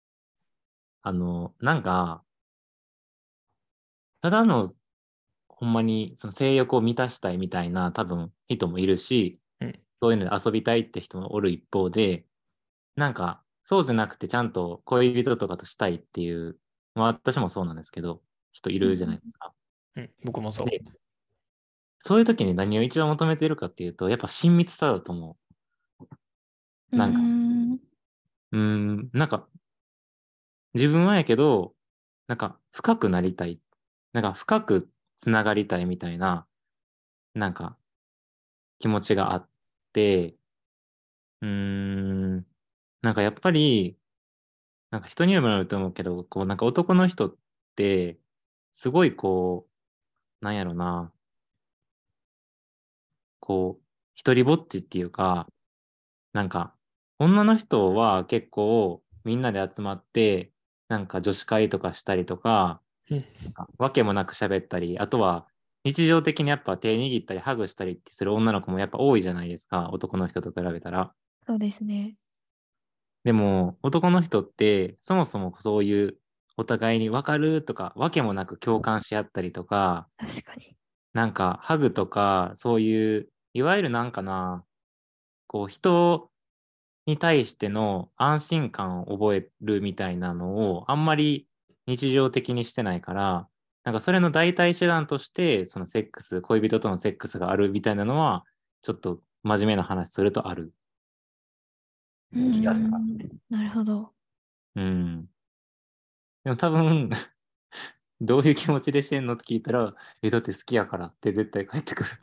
なんか、ただの、ほんまに、その性欲を満たしたいみたいな、多分、人もいるし、 うん。 そういうので遊びたいって人もおる一方で、なんか、そうじゃなくて、ちゃんと恋人とかとしたいっていう、まあ、私もそうなんですけど、人いるじゃないですか。 うん、僕もそで、そういう時に何を一番求めているかっていうと、やっぱ親密さだと思うーう。なんか、 ん。 なんか、自分はやけど、なんか、深くなりたい。なんか、深くつながりたいみたいな、なんか、気持ちがあって、うーん、なんかやっぱり、なんか人によると思うけど、こう、なんか男の人って、すごいこう、なんやろな、こう、一人ぼっちっていうか、なんか、女の人は結構みんなで集まって、なんか女子会とかしたりとか、 う。うん。 なんかわけもなく喋ったり、あとは日常的にやっぱ手握ったりハグしたりってする女の子もやっぱ多いじゃないですか、男の人と比べたら。 そうですね。 でも、男の人って、そもそもそういうお互いに分かるとか、わけもなく共感し合ったりとか、 確かに。 なんかハグとか、そういう、いわゆるなんかな、こう人に対しての安心感を覚えるみたいなのをあんまり日常的にしてないから、なんかそれの代替手段として、そのセックス、恋人とのセックスがあるみたいなのは、ちょっと真面目な話するとあるう気がしますん。 ね。 なるほど。 うん。でも多分どういう気持ちでしてんのって聞いたら、だって好きやからって絶対返ってくる。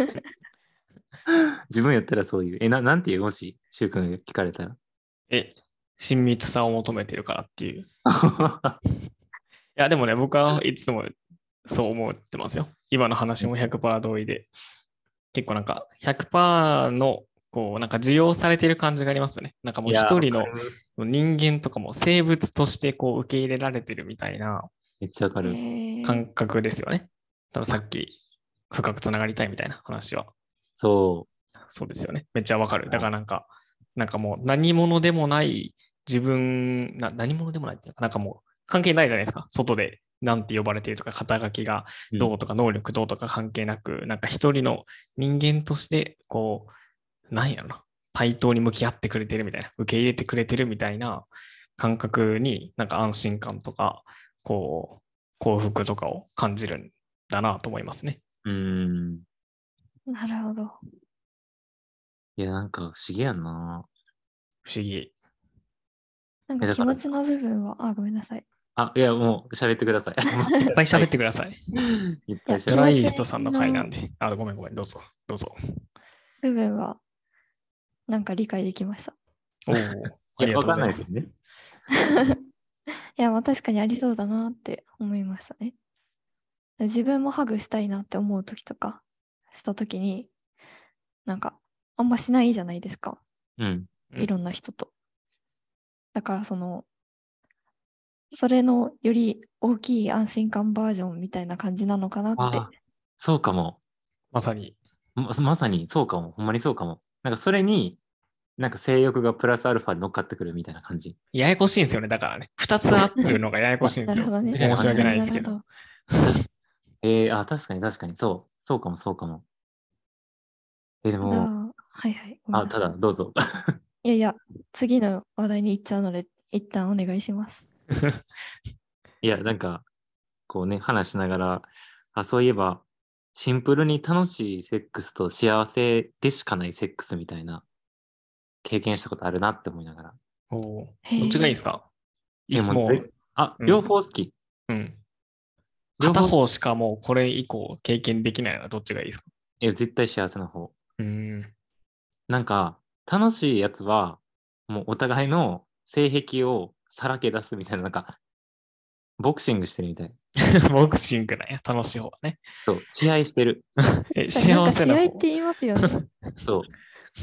自分やったらそういう、なんていう、もし、しゅうくんが聞かれたら。 親密さを求めてるからっていう。いや、でもね、僕はいつもそう思ってますよ。今の話も100%同意で。結構なんか100%の、こう、なんか受容されてる感じがありますよね。なんかもういやー、わ一人のかる。 人間とかも生物としてこう受け入れられてるみたいなめっちゃわかえる。 ー、 感覚ですよね。多分さっき深くつながりたいみたいな話は。 そそうですよね。めっちゃわかる。だう。 からなんかもう何者でもない自分、何者でもないっていうか、なんかもう関係ないじゃないですか。外でなんて呼ばれているとか、肩書きがうん。 どうとか、能力どうとか関係なく、なんか一人の人間として、こう、なんやろな、対等に向き合ってくれてるみたいな、受け入れてくれてるみたいな感覚になんか安心感とか、こう、幸福とかを感じるんだなと思いますね。 うーん。 なるほど。 いや、なんか不思議やんな。 不思議。いなんかだから、 気持ちの部分は、ごめんなさい。 いや、もう喋ってください。もうっぱい喋っはい。 てください。 いっいや、 ぱい喋って。 ドライイー気持ちストさんの回なんので。ごめんごめん、どうぞ、どうぞ。 部分は、なんか理解できました。 おお、 いや、 ありがわかんとうございます。 ないですね。 いや、まあ確かにありそうだなって思いましたね。自分もハグしたいなって思う時とか、した時に、なんか、あんましないじゃないですか。 うん。 いろんな人と。だからそれのより大きい安心感バージョンみたいな感じなのかなって。 ああ、そうかも。 まさに。 まさにそうかも。ほんまにそうかも。なんかそれに、なんか性欲がプラスアルファで乗っかってくるみたいな感じ。 ややこしいんですよね。だからね。二つそう。 あるのがややこしいんですよ。 なるほどね。 確かに、 申し訳確かに。 ないですけど。 なるほど。 確か確かに、確かに。そう。そうかも、そうかも。でも、 はいはい。ごめんなたさい。 だ、どうぞ。 いやいや、次の話題に行っちゃうので、一旦お願いします。 いや、なんか、こうね、話しながら、そういえば、シンプルに楽しいセックスと幸せでしかないセックスみたいな経験したことあるなって思いながら。 おお、 へどっちがいいでえ。 すか？ もう、 も両うん、 方好き。 うん。 両方、 片方しかもうこれ以降経験できないのはどっちがいいですか？ 絶対幸せな方。 うーん。 なんか、楽しいやつは、もうお互いの性癖をさらけ出すみたいな、なんか、ボクシングしてるみたい。 ボクシングなんや。楽しい方がね。 そう、試合してる。 確かになん幸かせな方。 試合って言いますよね。 そう。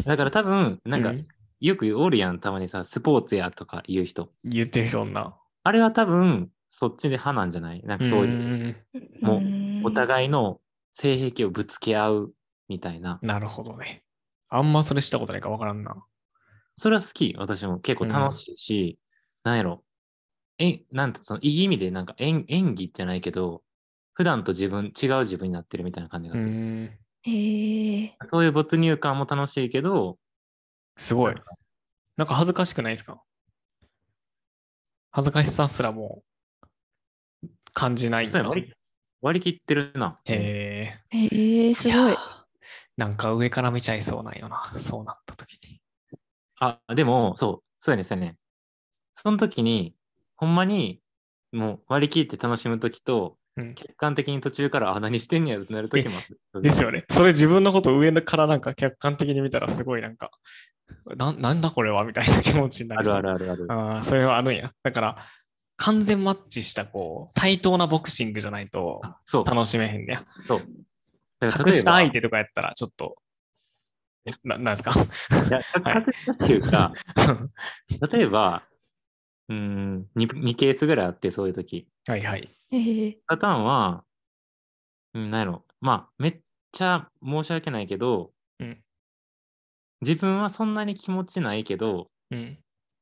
だから多分、なんか、 うん。 よくおるやん、たまにさ、スポーツやとか言う人。 言ってる人な。 あれは多分、そっちで派なんじゃないなんうかそういう、 ーん。 うもう、おーん。 互いの性癖をぶつけ合うみたいな。 なるほどね。あんまそれしたことないかわからんな。 それは好き。私も結構楽うん。 しいし、なんやろ。なんて、その、いい意味で、なんか演技じゃないけど、普段と違う自分になってるみたいな感じがうする。 ーん。 へえ。 そういう没入感も楽しいけど、 すごい。 なんか、 なんか恥ずかしくないですか？恥ずかしさすらもう感じないんそうや、 だ。 割り切ってるな。 へもうえ。 へえ、 いやー、 すごい。 なんか上から見ちゃいそうなんよな。そうなった時に。 でも、そうやね、そうやね。その時に、ほんまに、もう割り切って楽しむ時と、 うん。 客観的に途中から、何してんねやろってなるえ、 時もある。正直。 ですよね。それ自分のこと上からなんか客観的に見たらすごいなんか、なんだこれはみたいな気持ちになあるありそう。 るあるある。 ああ、それはあるんや。だから、完全マッチしたこう、対等なボクシングじゃないとそう、 楽しめへんねや。 そう。だから格例えば、 下相手とかやったらちょっと、なんですか？ いや、 はい。 隠したっていうか、例えば、2ケースぐらいあって、そういう時。 はいはい。 へえ。 パターンは、なんやろ。まあ、めっちゃ申し訳ないけど、 うん。 自分はそんなに気持ちないけど、 うん。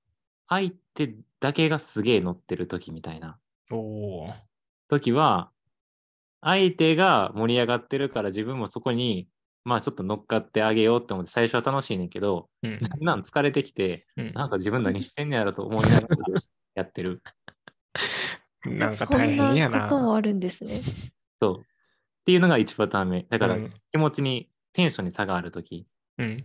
相手だけがすげえ乗ってる時みたいなおー。 時は、相手が盛り上がってるから自分もそこに、まあちょっと乗っかってあげようって思って最初は楽しいねんけど、 うん。 だんだん疲れてきて、 うんなんか自分何してんねやろと思いながらやってる。 なんかそん大変やなことな。 もあるんですね。 そう。っていうのが1パターン目。だからうん気持ちに、テンションに差がある時。 うん。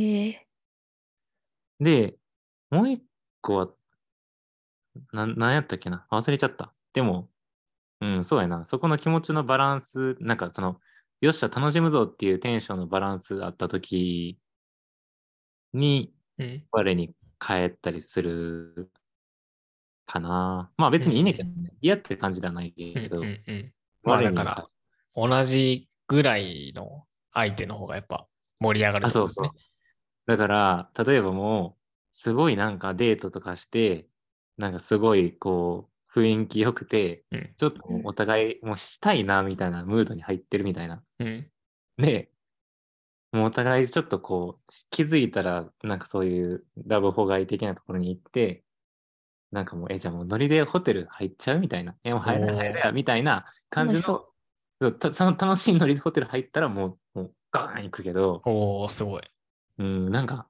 で、もう一個は、なんやったっけな忘れちゃった。でも、そうやな。そこの気持ちのバランス、なんかその、よっしゃ、楽しむぞっていうテンションのバランスあった時に、 うん。 我に帰ったりするかな。まあ別にいいねんけどね。嫌って感じではないうんけど、 うんうん。まあ我に帰だから、同じぐらいの相手の方がやっぱ盛り上がるあ、 ってことですね。 そうそう。だから、例えばもう、すごいなんかデートとかして、なんかすごいこう、雰囲気良くて、 うん。 ちょっともうお互いもうしたいなみたいなムードに入ってるみたいな。 うん。 で、もうお互いちょっとこう、気づいたら、なんかそういうラブホ街的なところに行って、なんかもう、じゃあもうノリでホテル入っちゃうみたいな。もう入る入るや、みたいな感じの、 楽しそその楽しいノリでホテル入ったらもうガーン行くけど、 おー、すごい。 なんか、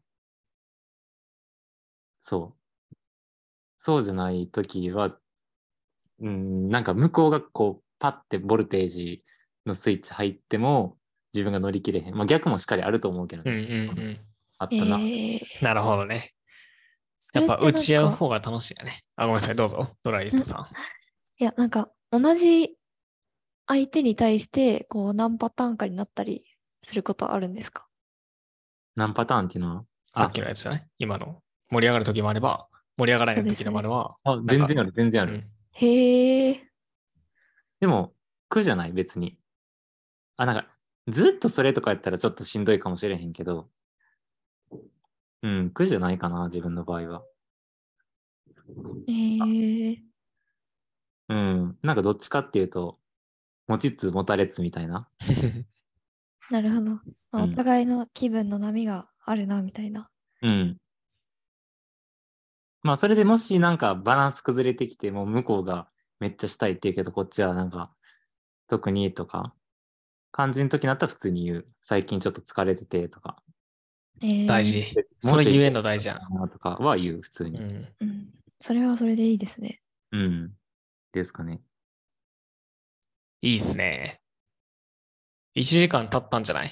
そうじゃない時は、なんか向こうがこう、パッてボルテージのスイッチ入っても、自分が乗り切れへん。まあ逆もしっかりあると思うけどうんうね。 んう。 あったな。 なるほどね。やっぱそれって打ち合うなんか、 方が楽しいよね。あ、ごめんなさい。どうぞ。ドライストさん。 いや、なんか同じ相手に対してこう何パターンかになったりすることあるんですか？ 何パターンっていうのはさっきのやつじゃない今の。盛り上がる時もあれば、盛り上がらない時でもあれば、 全然ある、全然ある。 へえ。 でも、苦じゃない別に。なんか、ずっとそれとかやったらちょっとしんどいかもしれへんけど、苦じゃないかな、自分の場合は。 へえ。 なんかどっちかっていうと、持ちつ持たれつみたいな。 なるほど。まあ、おうん互いの気分の波があるな、みたいな。 うん。まあ、それでもしなんかバランス崩れてきて、もう向こうがめっちゃしたいって言うけど、こっちはなんか、特にとか、感じの時になったら普通に言う。最近ちょっと疲れててとか、 大事。 もちょいそうれ言えんの大事やな。 なとかは言う、普通に。 うん。 うん。それはそれでいいですね。 ですかね。 いいっすね。1時間経ったんじゃない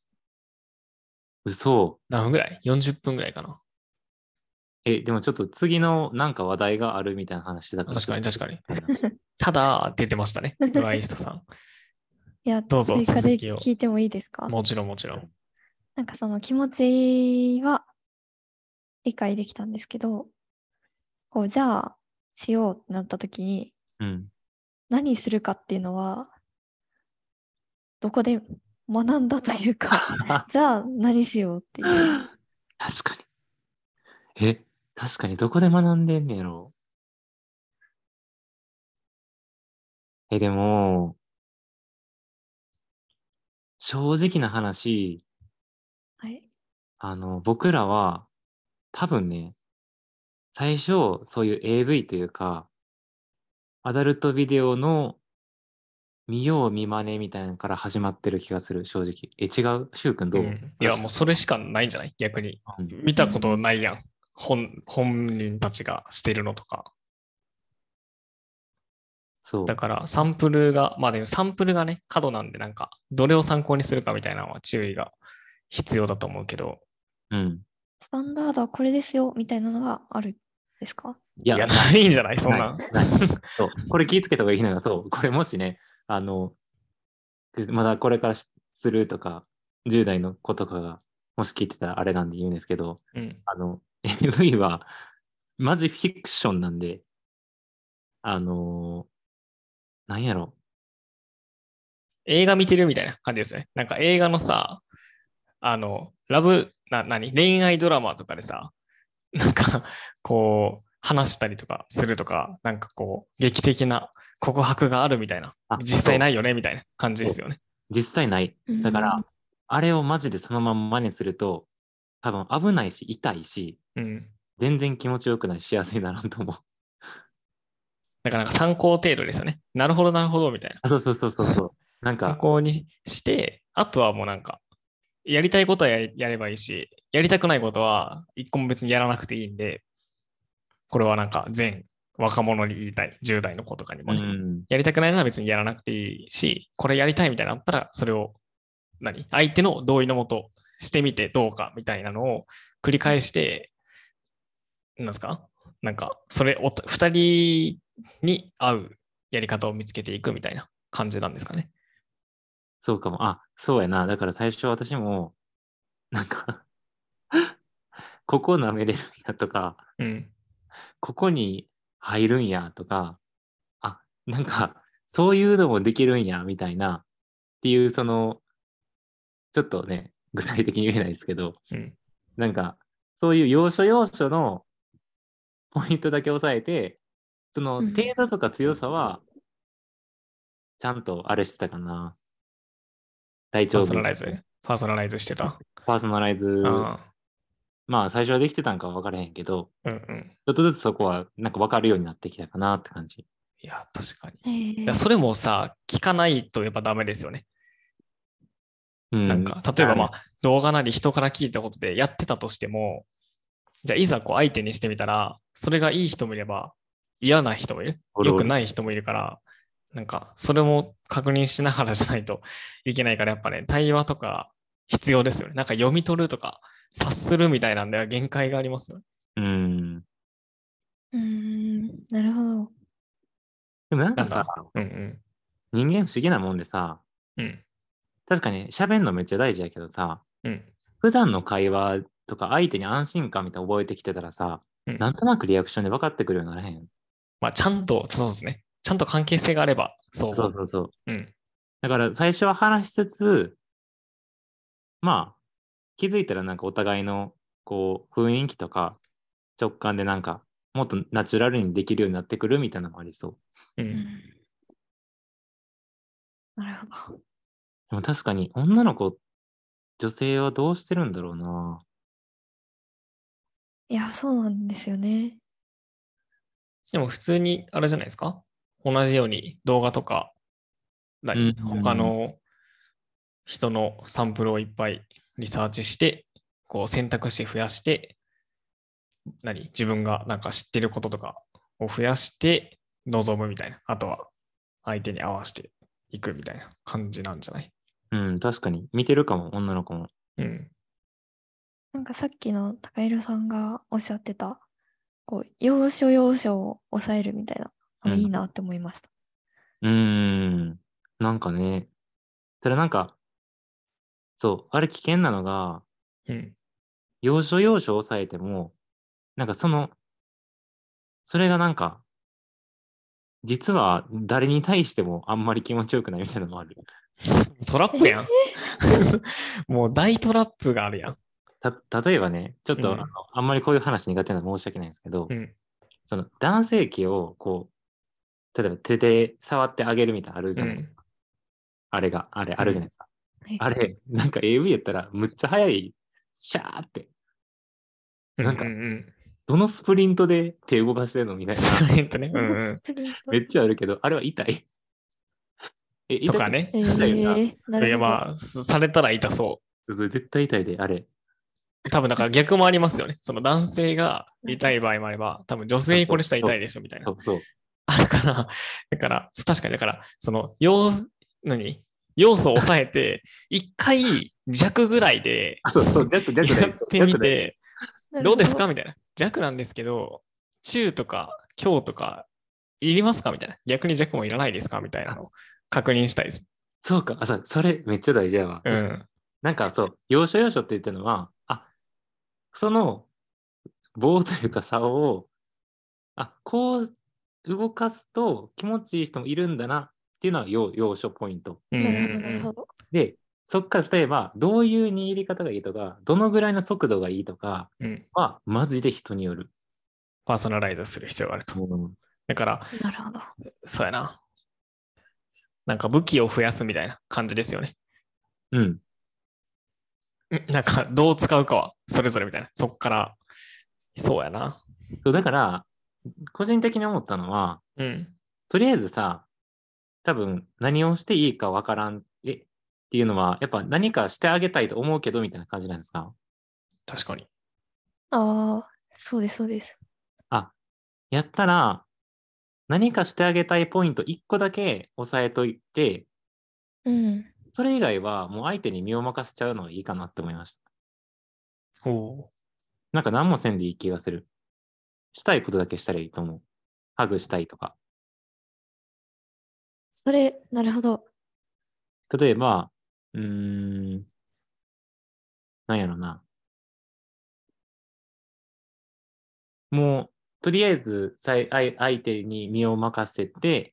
嘘。 何分ぐらい？ 40 分ぐらいかな。 でもちょっと次のなんか話題があるみたいな話してたから。 確かに確かに。 に。 ただ、出てましたね。ドライストさん。 いや、 どうぞ追加で続きを聞いてもいいですか？ もちろんもちろん。 なんかその気持ちは理解できたんですけど、こう、じゃあ、しようってなった時に、 うん。 何するかっていうのは、どこで学んだというか、じゃあ何しようっていう。 確かに。確かにどこで学んでんねやろ。でも、正直な話、 はい。 僕らは多分ね、最初、そういう AV というか、アダルトビデオの見よう見まねみたいなのから始まってる気がする、正直。違うしゅうくんどう、 いや、もうそれしかないんじゃない逆に。 うん見たことないやん。本人たちがしてるのとか。 そう。 だからサンプルが、まあでもサンプルがね、過度なんでなんか、どれを参考にするかみたいなのは注意が必要だと思うけど。 うん。 スタンダードはこれですよ、みたいなのがあるんですか？ いや、 ないんじゃないそんなん。 ない。そう。これ気ぃつけた方がいいのが、そう。これもしね、まだこれからするとか、10代の子とかが、もし聞いてたらあれなんで言うんですけど、 うん。 MV は、マジフィクションなんで、なんやろ。 映画見てるみたいな感じですね。なんか映画のさ、ラブ、恋愛ドラマとかでさ、なんか、こう、話したりとかするとか、なんかこう、劇的な告白があるみたいな、実際ないよねみたいな感じですよね。 実際ない。だから、あれをマジでそのまま真似すると、多分危ないし、痛いし、 うん。 全然気持ちよくないしやすいならんと思う。 だからなんか参考程度ですよね。なるほど、なるほど、みたいな。 あ、そうそうそうそうそう。なん参か、 考にして、あとはもうなんか、やりたいことはやればいいし、やりたくないことは一個も別にやらなくていいんで、これはなんか全若者に言いたい、10代の子とかにもうね。 ん、 やりたくないなら別にやらなくていいし、これやりたいみたいなのあったら、それを相手の同意のもとしてみてどうかみたいなのを繰り返して、なんですかなんか、それを二人に合うやり方を見つけていくみたいな感じなんですかね。 そうかも。あ、そうやな。だから最初私も、なんかここ舐めれるんやとか、 うん。 ここに入るんやとか、あ、なんか、そういうのもできるんや、みたいな、っていう、ちょっとね、具体的に言えないですけど、 うん。 なんか、そういう要所要所のポイントだけ押さえて、その程度とか強さは、ちゃんとあれしてたかな。体パー調分析、 ソナライズ、パーソナライズしてた。 パーソナライズ、 あまあ最初はできてたんかは分からへんけど、 あ、うんうん。 ちょっとずつそこはなんか分かるようになってきたかなって感じ。 いや、確かに。 えー、 それもさ、聞かないとやっぱダメですよね。 うん。 なんか、例えばまあ、動画なり人から聞いたことでやってたとしても、じゃあいざこう相手にしてみたら、それがいい人もいれば、嫌な人もいる。良くおるおる。 ない人もいるから、なんか、それも確認しながらじゃないといけないから、やっぱね、対話とか必要ですよね。なんか読み取るとか、察するみたいなんでは限界がありますよね。 うん。 なるほど。 でもなんかさ、 なんだ。うんうん。 人間不思議なもんでさ、 うん。 確かに喋んのめっちゃ大事やけどさ、 うん。 普段の会話とか相手に安心感みたいなの覚えてきてたらさ、 うん。 なんとなくリアクションで分かってくるようにならへん。 まあ、ちゃんと、そうですね。ちゃんと関係性があれば、そう思そうそうそう。 う。うん。 だから最初は話しつつ、まあ、気づいたらなんかお互いのこう雰囲気とか直感でなんかもっとナチュラルにできるようになってくるみたいなのもありそう。 うん。 うん、なるほど。 でも確かに女の子、女性はどうしてるんだろうな。 いや、そうなんですよね。 でも普通に、あれじゃないですか。同じように動画とか、 う他ん。 の人のサンプルをいっぱいリサーチして、こう選択肢増やして、自分がなんか知ってることとかを増やして臨むみたいな。あとは相手に合わせていくみたいな感じなんじゃない？ うん、確かに。見てるかも、女の子も。 うん。 なんかさっきの高弘さんがおっしゃってた、こう、要所要所を抑えるみたいなのうん。 いいなって思いました。 うーん。なんかね。ただなんか、そう、あれ危険なのが、 うん。 要所要所抑えても、なんかそれがなんか、実は誰に対してもあんまり気持ちよくないみたいなのもある。 トラップやん。もう大トラップがあるやん。 例えばね、ちょっとうん。 あんまりこういう話苦手なの申し訳ないんですけど、 うん。 その男性器をこう、例えば手で触ってあげるみたいなのあるじゃない。 うん。 あれうん。 あるじゃないですか。 はいはい。 あれ、なんか AV やったらむっちゃ早い、シャーって、 うん。うん。うなんか、 ん。 どのスプリントで手動かしてるのみたいな、 ね。うんうスん。 プリント。 めっちゃあるけど、あれは痛い。痛くない？ とかね。 痛いよな。 ないや、 るほど。 まあ、されたら痛そそれ絶対痛いで、あれ。 う。多分、だから逆もありますよね。その男性が痛い場合もあれば、多分女性にこれしたら痛いでしょ、みたいな。 そうそう。 あるから、だから、確かに、だから、何要素を抑えて、一回弱ぐらいであ、そうそう、逆大事。 やってみ逆大事。 て、どうですなるほど。 かみたいな。弱なんですけど、中とか強とかいりますかみたいな。逆に弱もいらないですかみたいなのを確認したいです。 そうか、それめっちゃ大事やわ。 うん。 なんかそう、要所要所って言ってるのは、その棒というか竿を、こう動かすと気持ちいい人もいるんだなっていうのは要所ポイント。 うんうなるほど、なるほんど。 で、そっから例えば、どういう握り方がいいとか、どのぐらいの速度がいいとかうん。うん。 は、マジで人による。 パーソナライズする必要があると。 うん。 だから、 なるほど。 そうやな。なんか武器を増やすみたいな感じですよね。 うん。 なんかどう使うかはそれぞれみたいな。そっからそうやな。 そうだから、個人的に思ったのは、 うん。 とりあえずさ、多分何をしていいかわからんっていうのは、やっぱ何かしてあげたいと思うけどみたいな感じなんですか？ 確かに。 ああ、そうです、そうです。 あ、やったら何かしてあげたいポイント1個だけ押さえといて、 うん。 それ以外はもう相手に身を任せちゃうのはいいかなって思いました。 おー。 なんか何もせんでいい気がする。したいことだけしたらいいと思う。ハグしたいとか。 それ、なるほど。 例えば、うーん、なんやろな。もう、とりあえず相手に身を任せて、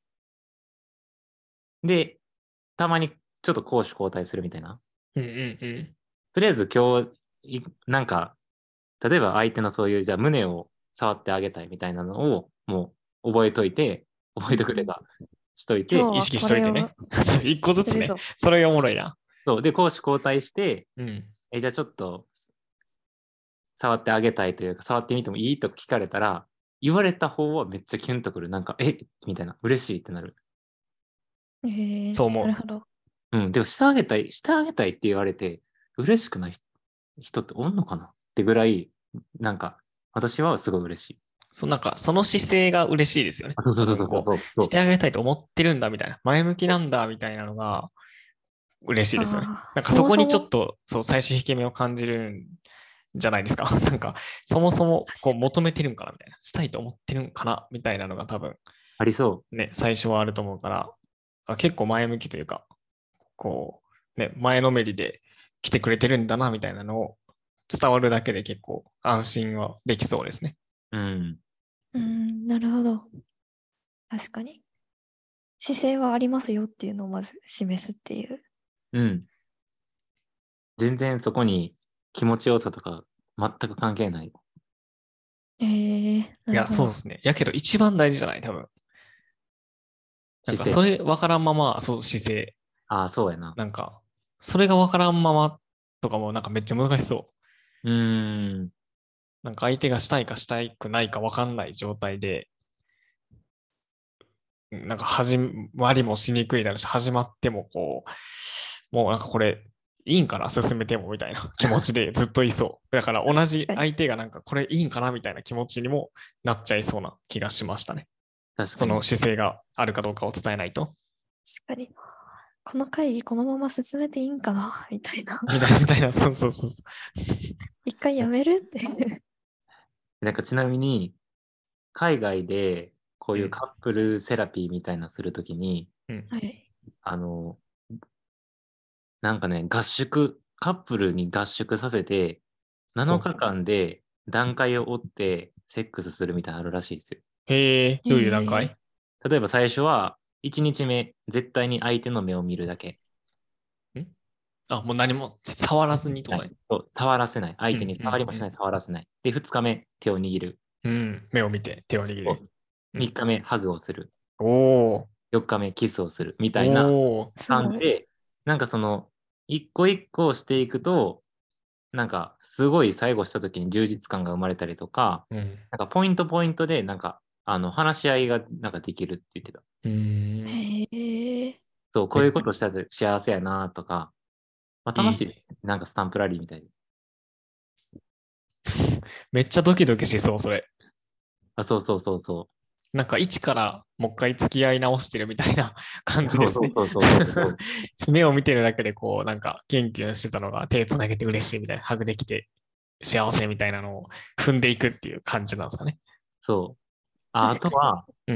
で、たまにちょっと攻守交代するみたいな。 うんうんうん。 とりあえず今日、なんか、例えば相手のそういう、じゃあ胸を触ってあげたいみたいなのを、もう覚えといて、覚えとくればしといて、 今日は意識しこれをといてね。一個ずつね。 するぞ。 それがおもろいな。 そう、で、攻守交代して、 うん。 じゃあちょっと触ってあげたいというか、触ってみてもいいとか聞かれたら、言われた方はめっちゃキュンとくる。なんか、みたいな、嬉しいってなる。 そう思う。 なるほど。 うん、でもしてあげたいって言われて、嬉しくない人っておんのかなってぐらい、なんか、私はすごい嬉しい。 なんか、その姿勢が嬉しいですよね。 そうそうそうそう多分してあげたいと思ってるんだみたいな、前向きなんだみたいなのが嬉しいですよね。 ああ、 なんかそそこにちょっもそも、 と、最終引け目を感じるんじゃないですか。なんか、そもそもこう確か求めてるんかなみたいな、したいと思ってるんかなみたいなのが多分ありそね、最初はあると思うから、結構前向きというか、こね、前のめりで来てくれてるんだなみたいなのを伝わるだけで結構安心はできそうですね。 う。うん。 なるほど。確かに。姿勢はありますよっていうのをまず示すっていう。 うん。全然そこに気持ちよさとか全く関係ない。 ないや、 るほど。 そうですね。やけど一番大事じゃない多分。なんか姿勢。 それわからんまま、姿勢。 ああ、そうやな。 なんか、それがわからんままとかもなんかめっちゃ難しそう。 うーん。 なんか相手がしたいかしたくないかわかんない状態で、なんか始まりもしにくいだろうし、始まってももうなんかこれいいんかな進めてもみたいな気持ちでずっといそう。だから同じ確かに。 相手がなんかこれいいんかなみたいな気持ちにもなっちゃいそうな気がしましたね。 確かに。 その姿勢があるかどうかを伝えないと。 確かに。この会議このまま進めていいんかなみたいな。 みたいな、そうそうそう。 一回やめるってなんかちなみに、海外でこういううんカップルセラピーみたいなするときに、 うん。 はい。 あの、なんかね、カップルに合宿させて、7日間で段階を追ってセックスするみたいなのあるらしいですよ。 へえ、どういう段階？ 例えば最初は、1日目、絶対に相手の目を見るだけ。 んあ、もう何も触らずにとかね。 そう、触らせない。相手にうんうん触りもしない、触らせない。で、2日目、手を握る。 うん。うん。目を見て手を握る。 3日目、ハグをする。 おー、 4日目、キスをする。みたいなおー、 すごい。 感じで、なんかその、一個一個していくと、なんかすごい最後した時に充実感が生まれたりとか、 うん。 なんかポイントポイントで、なんか、話し合いがなんかできるって言ってた。 うーん。 へえ。 そう、こういうことしたら幸せやなとか、まあ、楽しい。 いいね。 なんかスタンプラリーみたいで。 めっちゃドキドキしそう、それ。 あ、そうそうそうそなんか一からもう一回付き合い直してるみたいな感う。 じですね。 そうそうそうそうそう目を見てるだけでなんかキュンキュンしてたのが手つなげて嬉しいみたいな、ハグできて幸せみたいなのを踏んでいくっていう感じなんですかね。 そう。あ、あ確かに。 とは、 うん。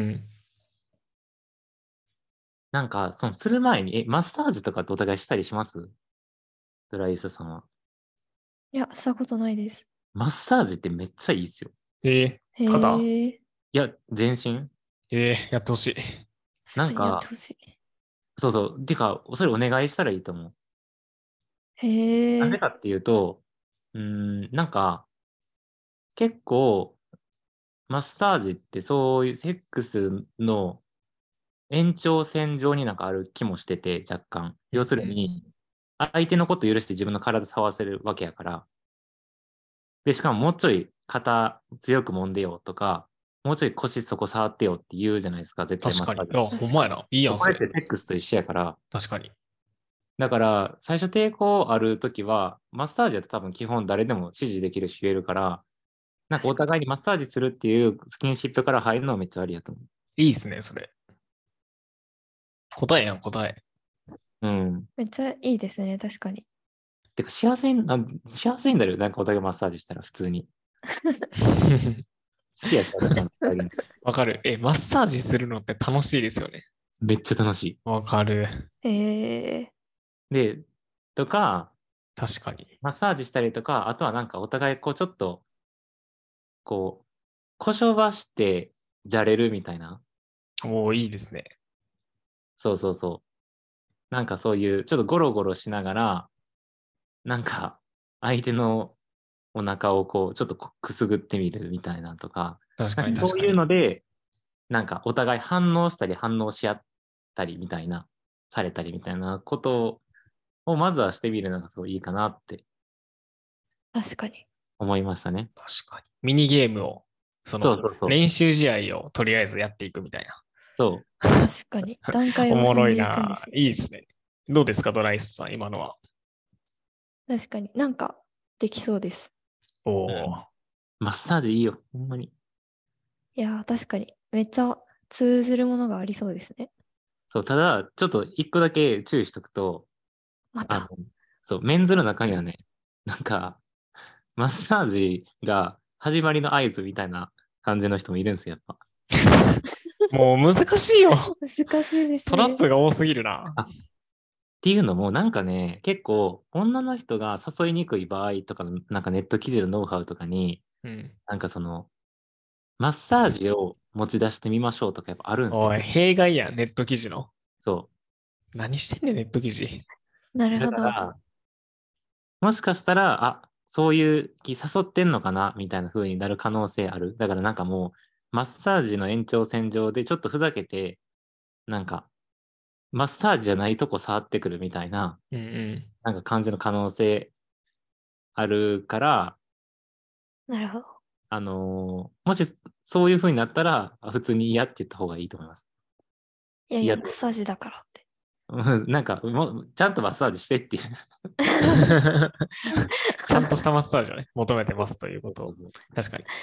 なんか、する前に、マッサージとかってお互いしたりしますドライスさんは。 いや、したことないです。 マッサージってめっちゃいいですよ。 肩へえ。 いや、全身やってほしい。 確かにやってなんか、 ほしい。 そうそう。てか、それお願いしたらいいと思う。 へえ。 なぜかっていうと、なんか、結構、マッサージってそういうセックスの延長線上になんかある気もしてて、若干。要するに、相手のこと許して自分の体触わせるわけやから。で、しかももうちょい肩強く揉んでよとか、もうちょい腰そこ触ってよって言うじゃないですか、絶対確かに。 マッサージ。 ほんまやな。いいやん、 これってそれ。 セックスと一緒やから、 確かに。 だから最初抵抗あるときは、マッサージだと多分基本誰でも指示できるし言えるから、なんかお互いにマッサージするっていうスキンシップから入るのはめっちゃありやと思いいっすね、それ。答えやん、答え。 う。うん。 めっちゃいいですね、確かに。 てか幸せになるよ。なんかお互いマッサージしたら普通に。好きやし、私もわかる。マッサージするのって楽しいですよね。 めっちゃ楽しわかる。 えい。で、とか、 確かに。 マッサージしたりとか、あとはなんかお互いこうちょっと、こう、こしょばしてじゃれるみたいな。 おー、いいですね。 そうそうそう。なんかそういう、ちょっとゴロゴロしながら、なんか相手のお腹をこう、ちょっとくすぐってみるみたいなとか、 確かに、 そういう確かに。 ので、なんかお互い反応したり反応し合ったりみたいな、されたりみたいなことをまずはしてみるのがそういいかなって確かに。 思いましたね。 確かに。ミニゲームを、 そうそうそう。 練習試合をとりあえずやっていくみたいな。 そう。 確かに。段階おもろいを踏んでいくんでなす。ね。 いいですね。どうですか、ドライスさん、今のは。 確かに。なんか、できそうです。 おうんー。 マッサージいいよ、ほんまに。 いやー、確かに。めっちゃ通ずるものがありそうですね。 そう、ただ、ちょっと一個だけ注意しとくと、 まあのた。 そう、メンズの中にはね、なんか、マッサージが始まりの合図みたいな感じの人もいるんですよ、やっぱ。 もう難しいよ。 難しいですトラッね。 プが多すぎるな。 っていうのも、なんかね、結構、女の人が誘いにくい場合とかの、なんかネット記事のノウハウとかに、 うん。 なんかその、マッサージを持ち出してみましょうとかやっぱあるんですよ。 おい、弊害や、ネット記事の。 そ何してんねん、ネット記事。 う。 なるほど。 だから、もしかしたら、そういう気誘ってんのかなみたいな風になる可能性ある。だからなんかもう、マッサージの延長線上でちょっとふざけて、なんか、マッサージじゃないとこ触ってくるみたいな、 うんうん。 なんか感じの可能性あるから、 なるほど。 もしそういう風になったら、普通に嫌って言った方がいいと思います。 いやいや、 嫌マッサージだからって。 なんかちゃんとマッサージしてっていう。 ちゃんとしたマッサージをね、求めてますということを。確かに。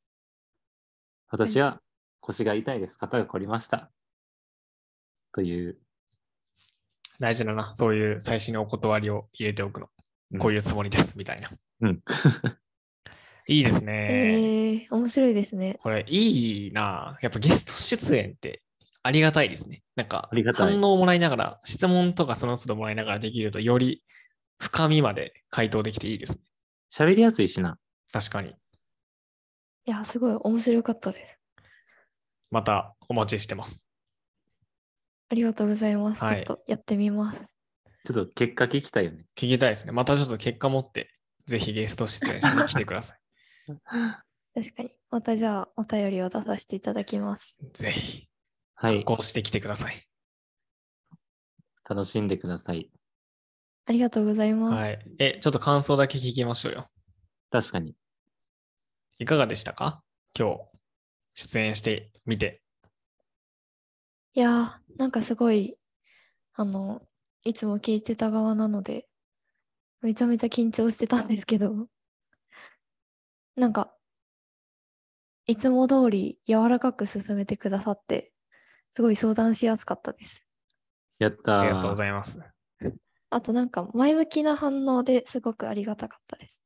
私は腰が痛いです。肩が凝りました。という。 大事だな。そういう最新のお断りを入れておくの。こういうつもりです、みたいな。 うん。 いいですね。 面白いですね。 これいいな。やっぱゲスト出演ってありがたいですね。なんかありがたい反応をもらいながら、質問とかその都度もらいながらできると、より深みまで回答できていいですね。 喋りやすいしな。 確かに。 いや、すごい面白かったです。 またお待ちしてます。 ありがとうございます。 はいちょっとやってみます。 ちょっと結果聞きたいよね。 聞きたいですね。またちょっと結果持って、ぜひゲスト出演しに来てください。 確かに。またじゃあ、お便りを出させていただきます。 ぜひ、 はい。 こうしてきてください。 楽しんでください。 ありがとうございます。 はい。ちょっと感想だけ聞きましょうよ。 確かに。 いかがでしたか？今日、出演してみて。 いやー、なんかすごい、いつも聞いてた側なので、めちゃめちゃ緊張してたんですけど、なんか、いつも通り柔らかく進めてくださって、すごい相談しやすかったです。 やったありがとうごー。 ざいます。 あとなんか前向きな反応ですごくありがたかったです。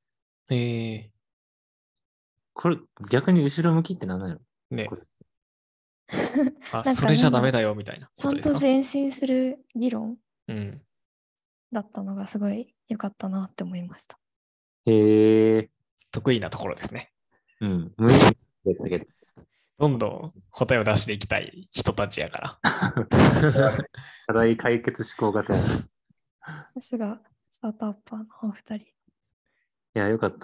これ、逆に後ろ向きって何なの？ ねこれ。 あ、 なんかそれじゃダメだよみたいなちゃんことですか？ と前進する議論うん。 だったのがすごい良かったなって思いました。 へえ。 得意なところですね。 うん。無意味だったけど。 どんどん答えを出していきたい人たちやから。 課題解決思考型や。いさすがスタートアッパーのお二人。 や、よかった。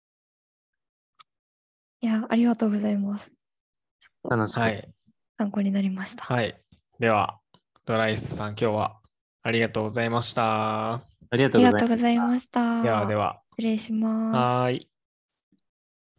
いや、ありがとうございます。 楽しかった。 はい。 参考になりました。 はい。では、ドライスさん、今日はありがとうございました。 ありがありがとうごとうございます。 ざいました。 ではでは。 失礼します。 はーい。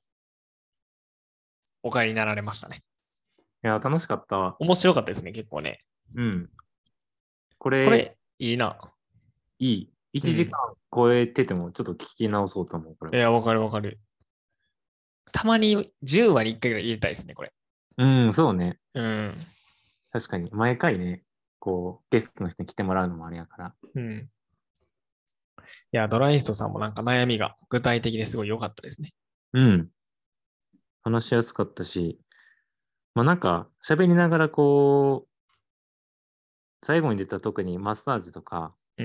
お帰りになられましたね。 いや、楽しかったわ。 面白かったですね、結構ね。 うん。ここれ、 れ、いいな。 いい。1時間超えててもちょっと聞き直そうと思う、これ。 いや、わかるわかる。たまに10話に1回ぐらい入れたいですね、これ。 うん、そうね。 うん。 確かに。毎回ね、こう、ゲストの人に来てもらうのもあれやから。 うん。いや、ドライストさんもなんか悩みが具体的ですごい良かったですね。 うん。話しやすかったし、まあなんか、喋りながらこう、最後に出た特にマッサージとか、 うん。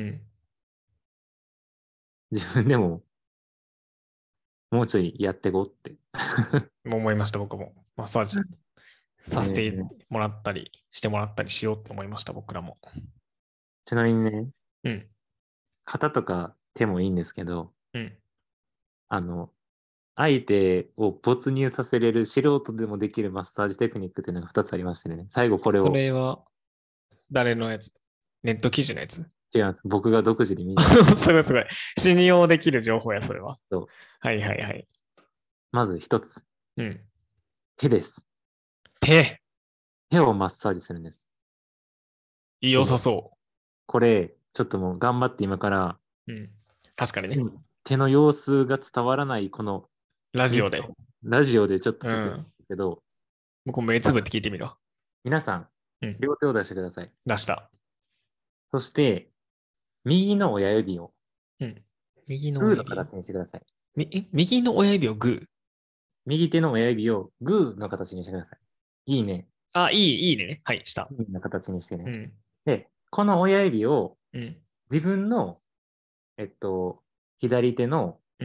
自分でももうちょいやってこうって。 もう思いました、僕も。マッサージさせてねもらったり、してもらったりしようって思いました、僕らも。 ちなみにね、 うん。 肩とか手もいいんですけど、 うん。 あの、相手を没入させれる素人でもできるマッサージテクニックっていうのが2つありましてね。最後これそを、 れは、誰のやつ？ネット記事のやつ？ 違います。僕が独自で見た。 すごいすごい。信用できる情報や、それは。 そうはいはいはい。 まず1つ、 うん。 手です。 手、 手をマッサージするんです。 良さそこれ、ちょっともう頑張って今からう。うん。確かにね。 手の様子が伝わらないこのラジオで。 ラジオでちょっとう説明すん。 るけど、 僕も目つぶって聞いてみろ。 皆さん、 うん。 両手を出してください。 出した。 そして、右の親指をうん。右のグーの親指を。 形にしてください。 右の親指をグー。 右手の親指をグーの形にしてください。いいね。 あ、いいね。はい、した。 グーの形にしてね。 うん。 で、この親指をうん。 自分の、左手の、 うん。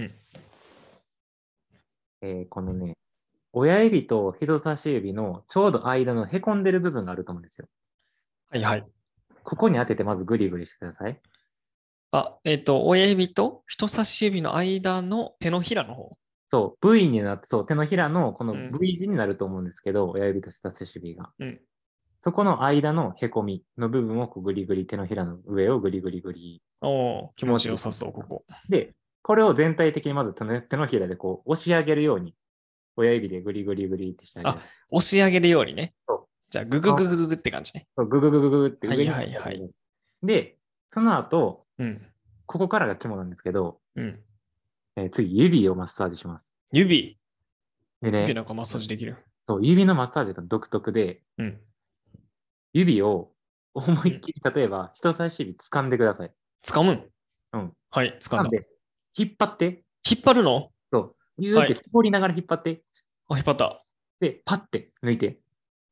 このね、親指と人差し指のちょうど間のへこんでる部分があると思うんですよ。 はいはい。 ここに当ててまずグリグリしてください。 あ、親指と人差し指の間の手のひらの方。 そう、V になって、そう、手のひらのこのうん V 字になると思うんですけど、親指と人差し指が。 うん。 そこの間のへこみの部分をこうグリグリ、手のひらの上をグリグリグリ。 おー、気持ちよさそう、ここ。 で、これを全体的にまず手のひらでこう押し上げるように、親指でグリグリグリってしてあげる。 押し上げるようにね。 そうじゃあ、ググググググって感じね。 ググググググって上にはいはいはい。 で、その後、 うん。 ここからが肝なんですけど、 うん。 次、指をマッサージします。 指。 でね、 指なんかマッサージできる。 そう指のマッサージって独特で、 うん。 指を思いっきり、例えば人差し指掴んでください。 掴むん？ うん。 はい、掴んだ。 掴んで、引っ張って、 引っ張るの？ そう、ギューって絞りながら引っ張って、 あ、引っ張った。 で、パッて抜いて、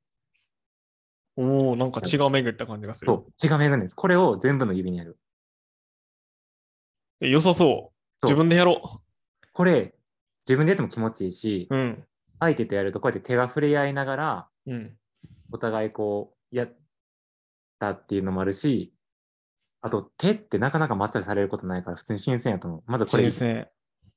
おー、なんか血が巡った感じがする。 そう、血が巡るんです。これを全部の指にやる。 良さそう。 そう自分でやろこれ、自分でやっても気持ちいいし、 う。うん。 相手とやるとこうやって手が触れ合いながら、 うん。 お互いこう、やったっていうのもあるし、あと手ってなかなかマッサージされることないから普通に新鮮やと思う。まずこれ新鮮。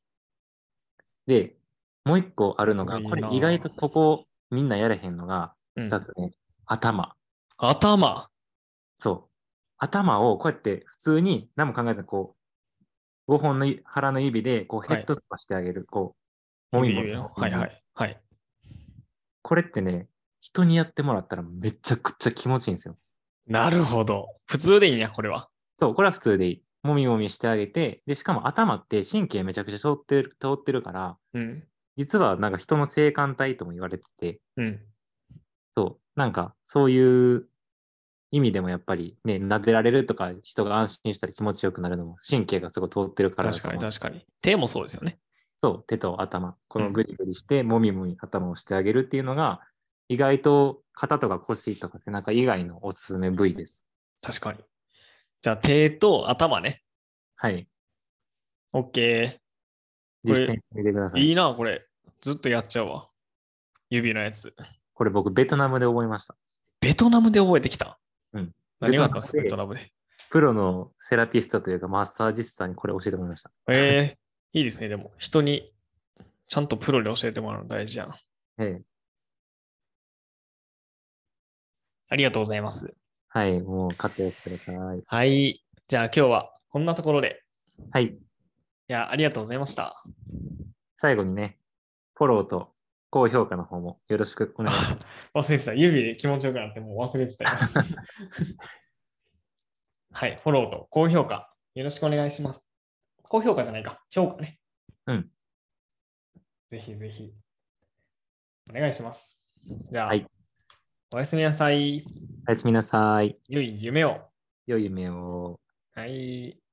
で、もう一個あるのが、 いいなこれ意外とここみんなやれへんのが、 うん二つね、頭。 頭。 そう。頭をこうやって普通に何も考えずにこう、5本の腹の指でこうヘはい。 ッドスパしてあげる。こう、もみもみ指の。はいはい。はい。 これってね、人にやってもらったらめちゃくちゃ気持ちいいんですよ。 なるほど。普通でいいんや、これは。 そう、これは普通でいい。もみもみしてあげて、で、しかも頭って神経めちゃくちゃ通ってるから、 うん。 実はなんか人の性感帯とも言われてて、 うん。 そう、なんかそういう意味でもやっぱりね、撫でられるとか人が安心したり気持ちよくなるのも神経がすごい通ってるからだ確かにと思う。 確かに。手もそうですよね。 そう、手と頭、こうんのグリグリして、もみもみ頭をしてあげるっていうのが、意外と肩とか腰とか背中以外のおすすめ部位です。 確かに。じゃあ、手と頭ね。 はい。 OK。これ、 実践してみてください。 いいな、これ。ずっとやっちゃうわ。指のやつ。 これ僕、ベトナムで覚えました。 ベトナムで覚えてきた。 うん。 何があったんですか、ベベトトナムで。 プロのセラピストというかマッサージストさんにこれ教えてもらいました。 いいですね。でも、人にちゃんとプロに教えてもらうの大事やん。 ええ。 ありがとうございます。 はい、もう活用してください。 はい。じゃあ、今日はこんなところで。 はい。 いや、ありがとうございました。 最後にね、フォローと高評価の方もよろしくお願いします。 忘れてた。指で気持ちよくなってもう忘れてたよ。はい。フォローと高評価よろしくお願いします。高評価じゃないか。評価ね。 うん。 ぜひぜひ。お願いします。じゃあ、 はいおやすみなさい。 おやすみなさい。 良い夢を。 良い夢を。 はい。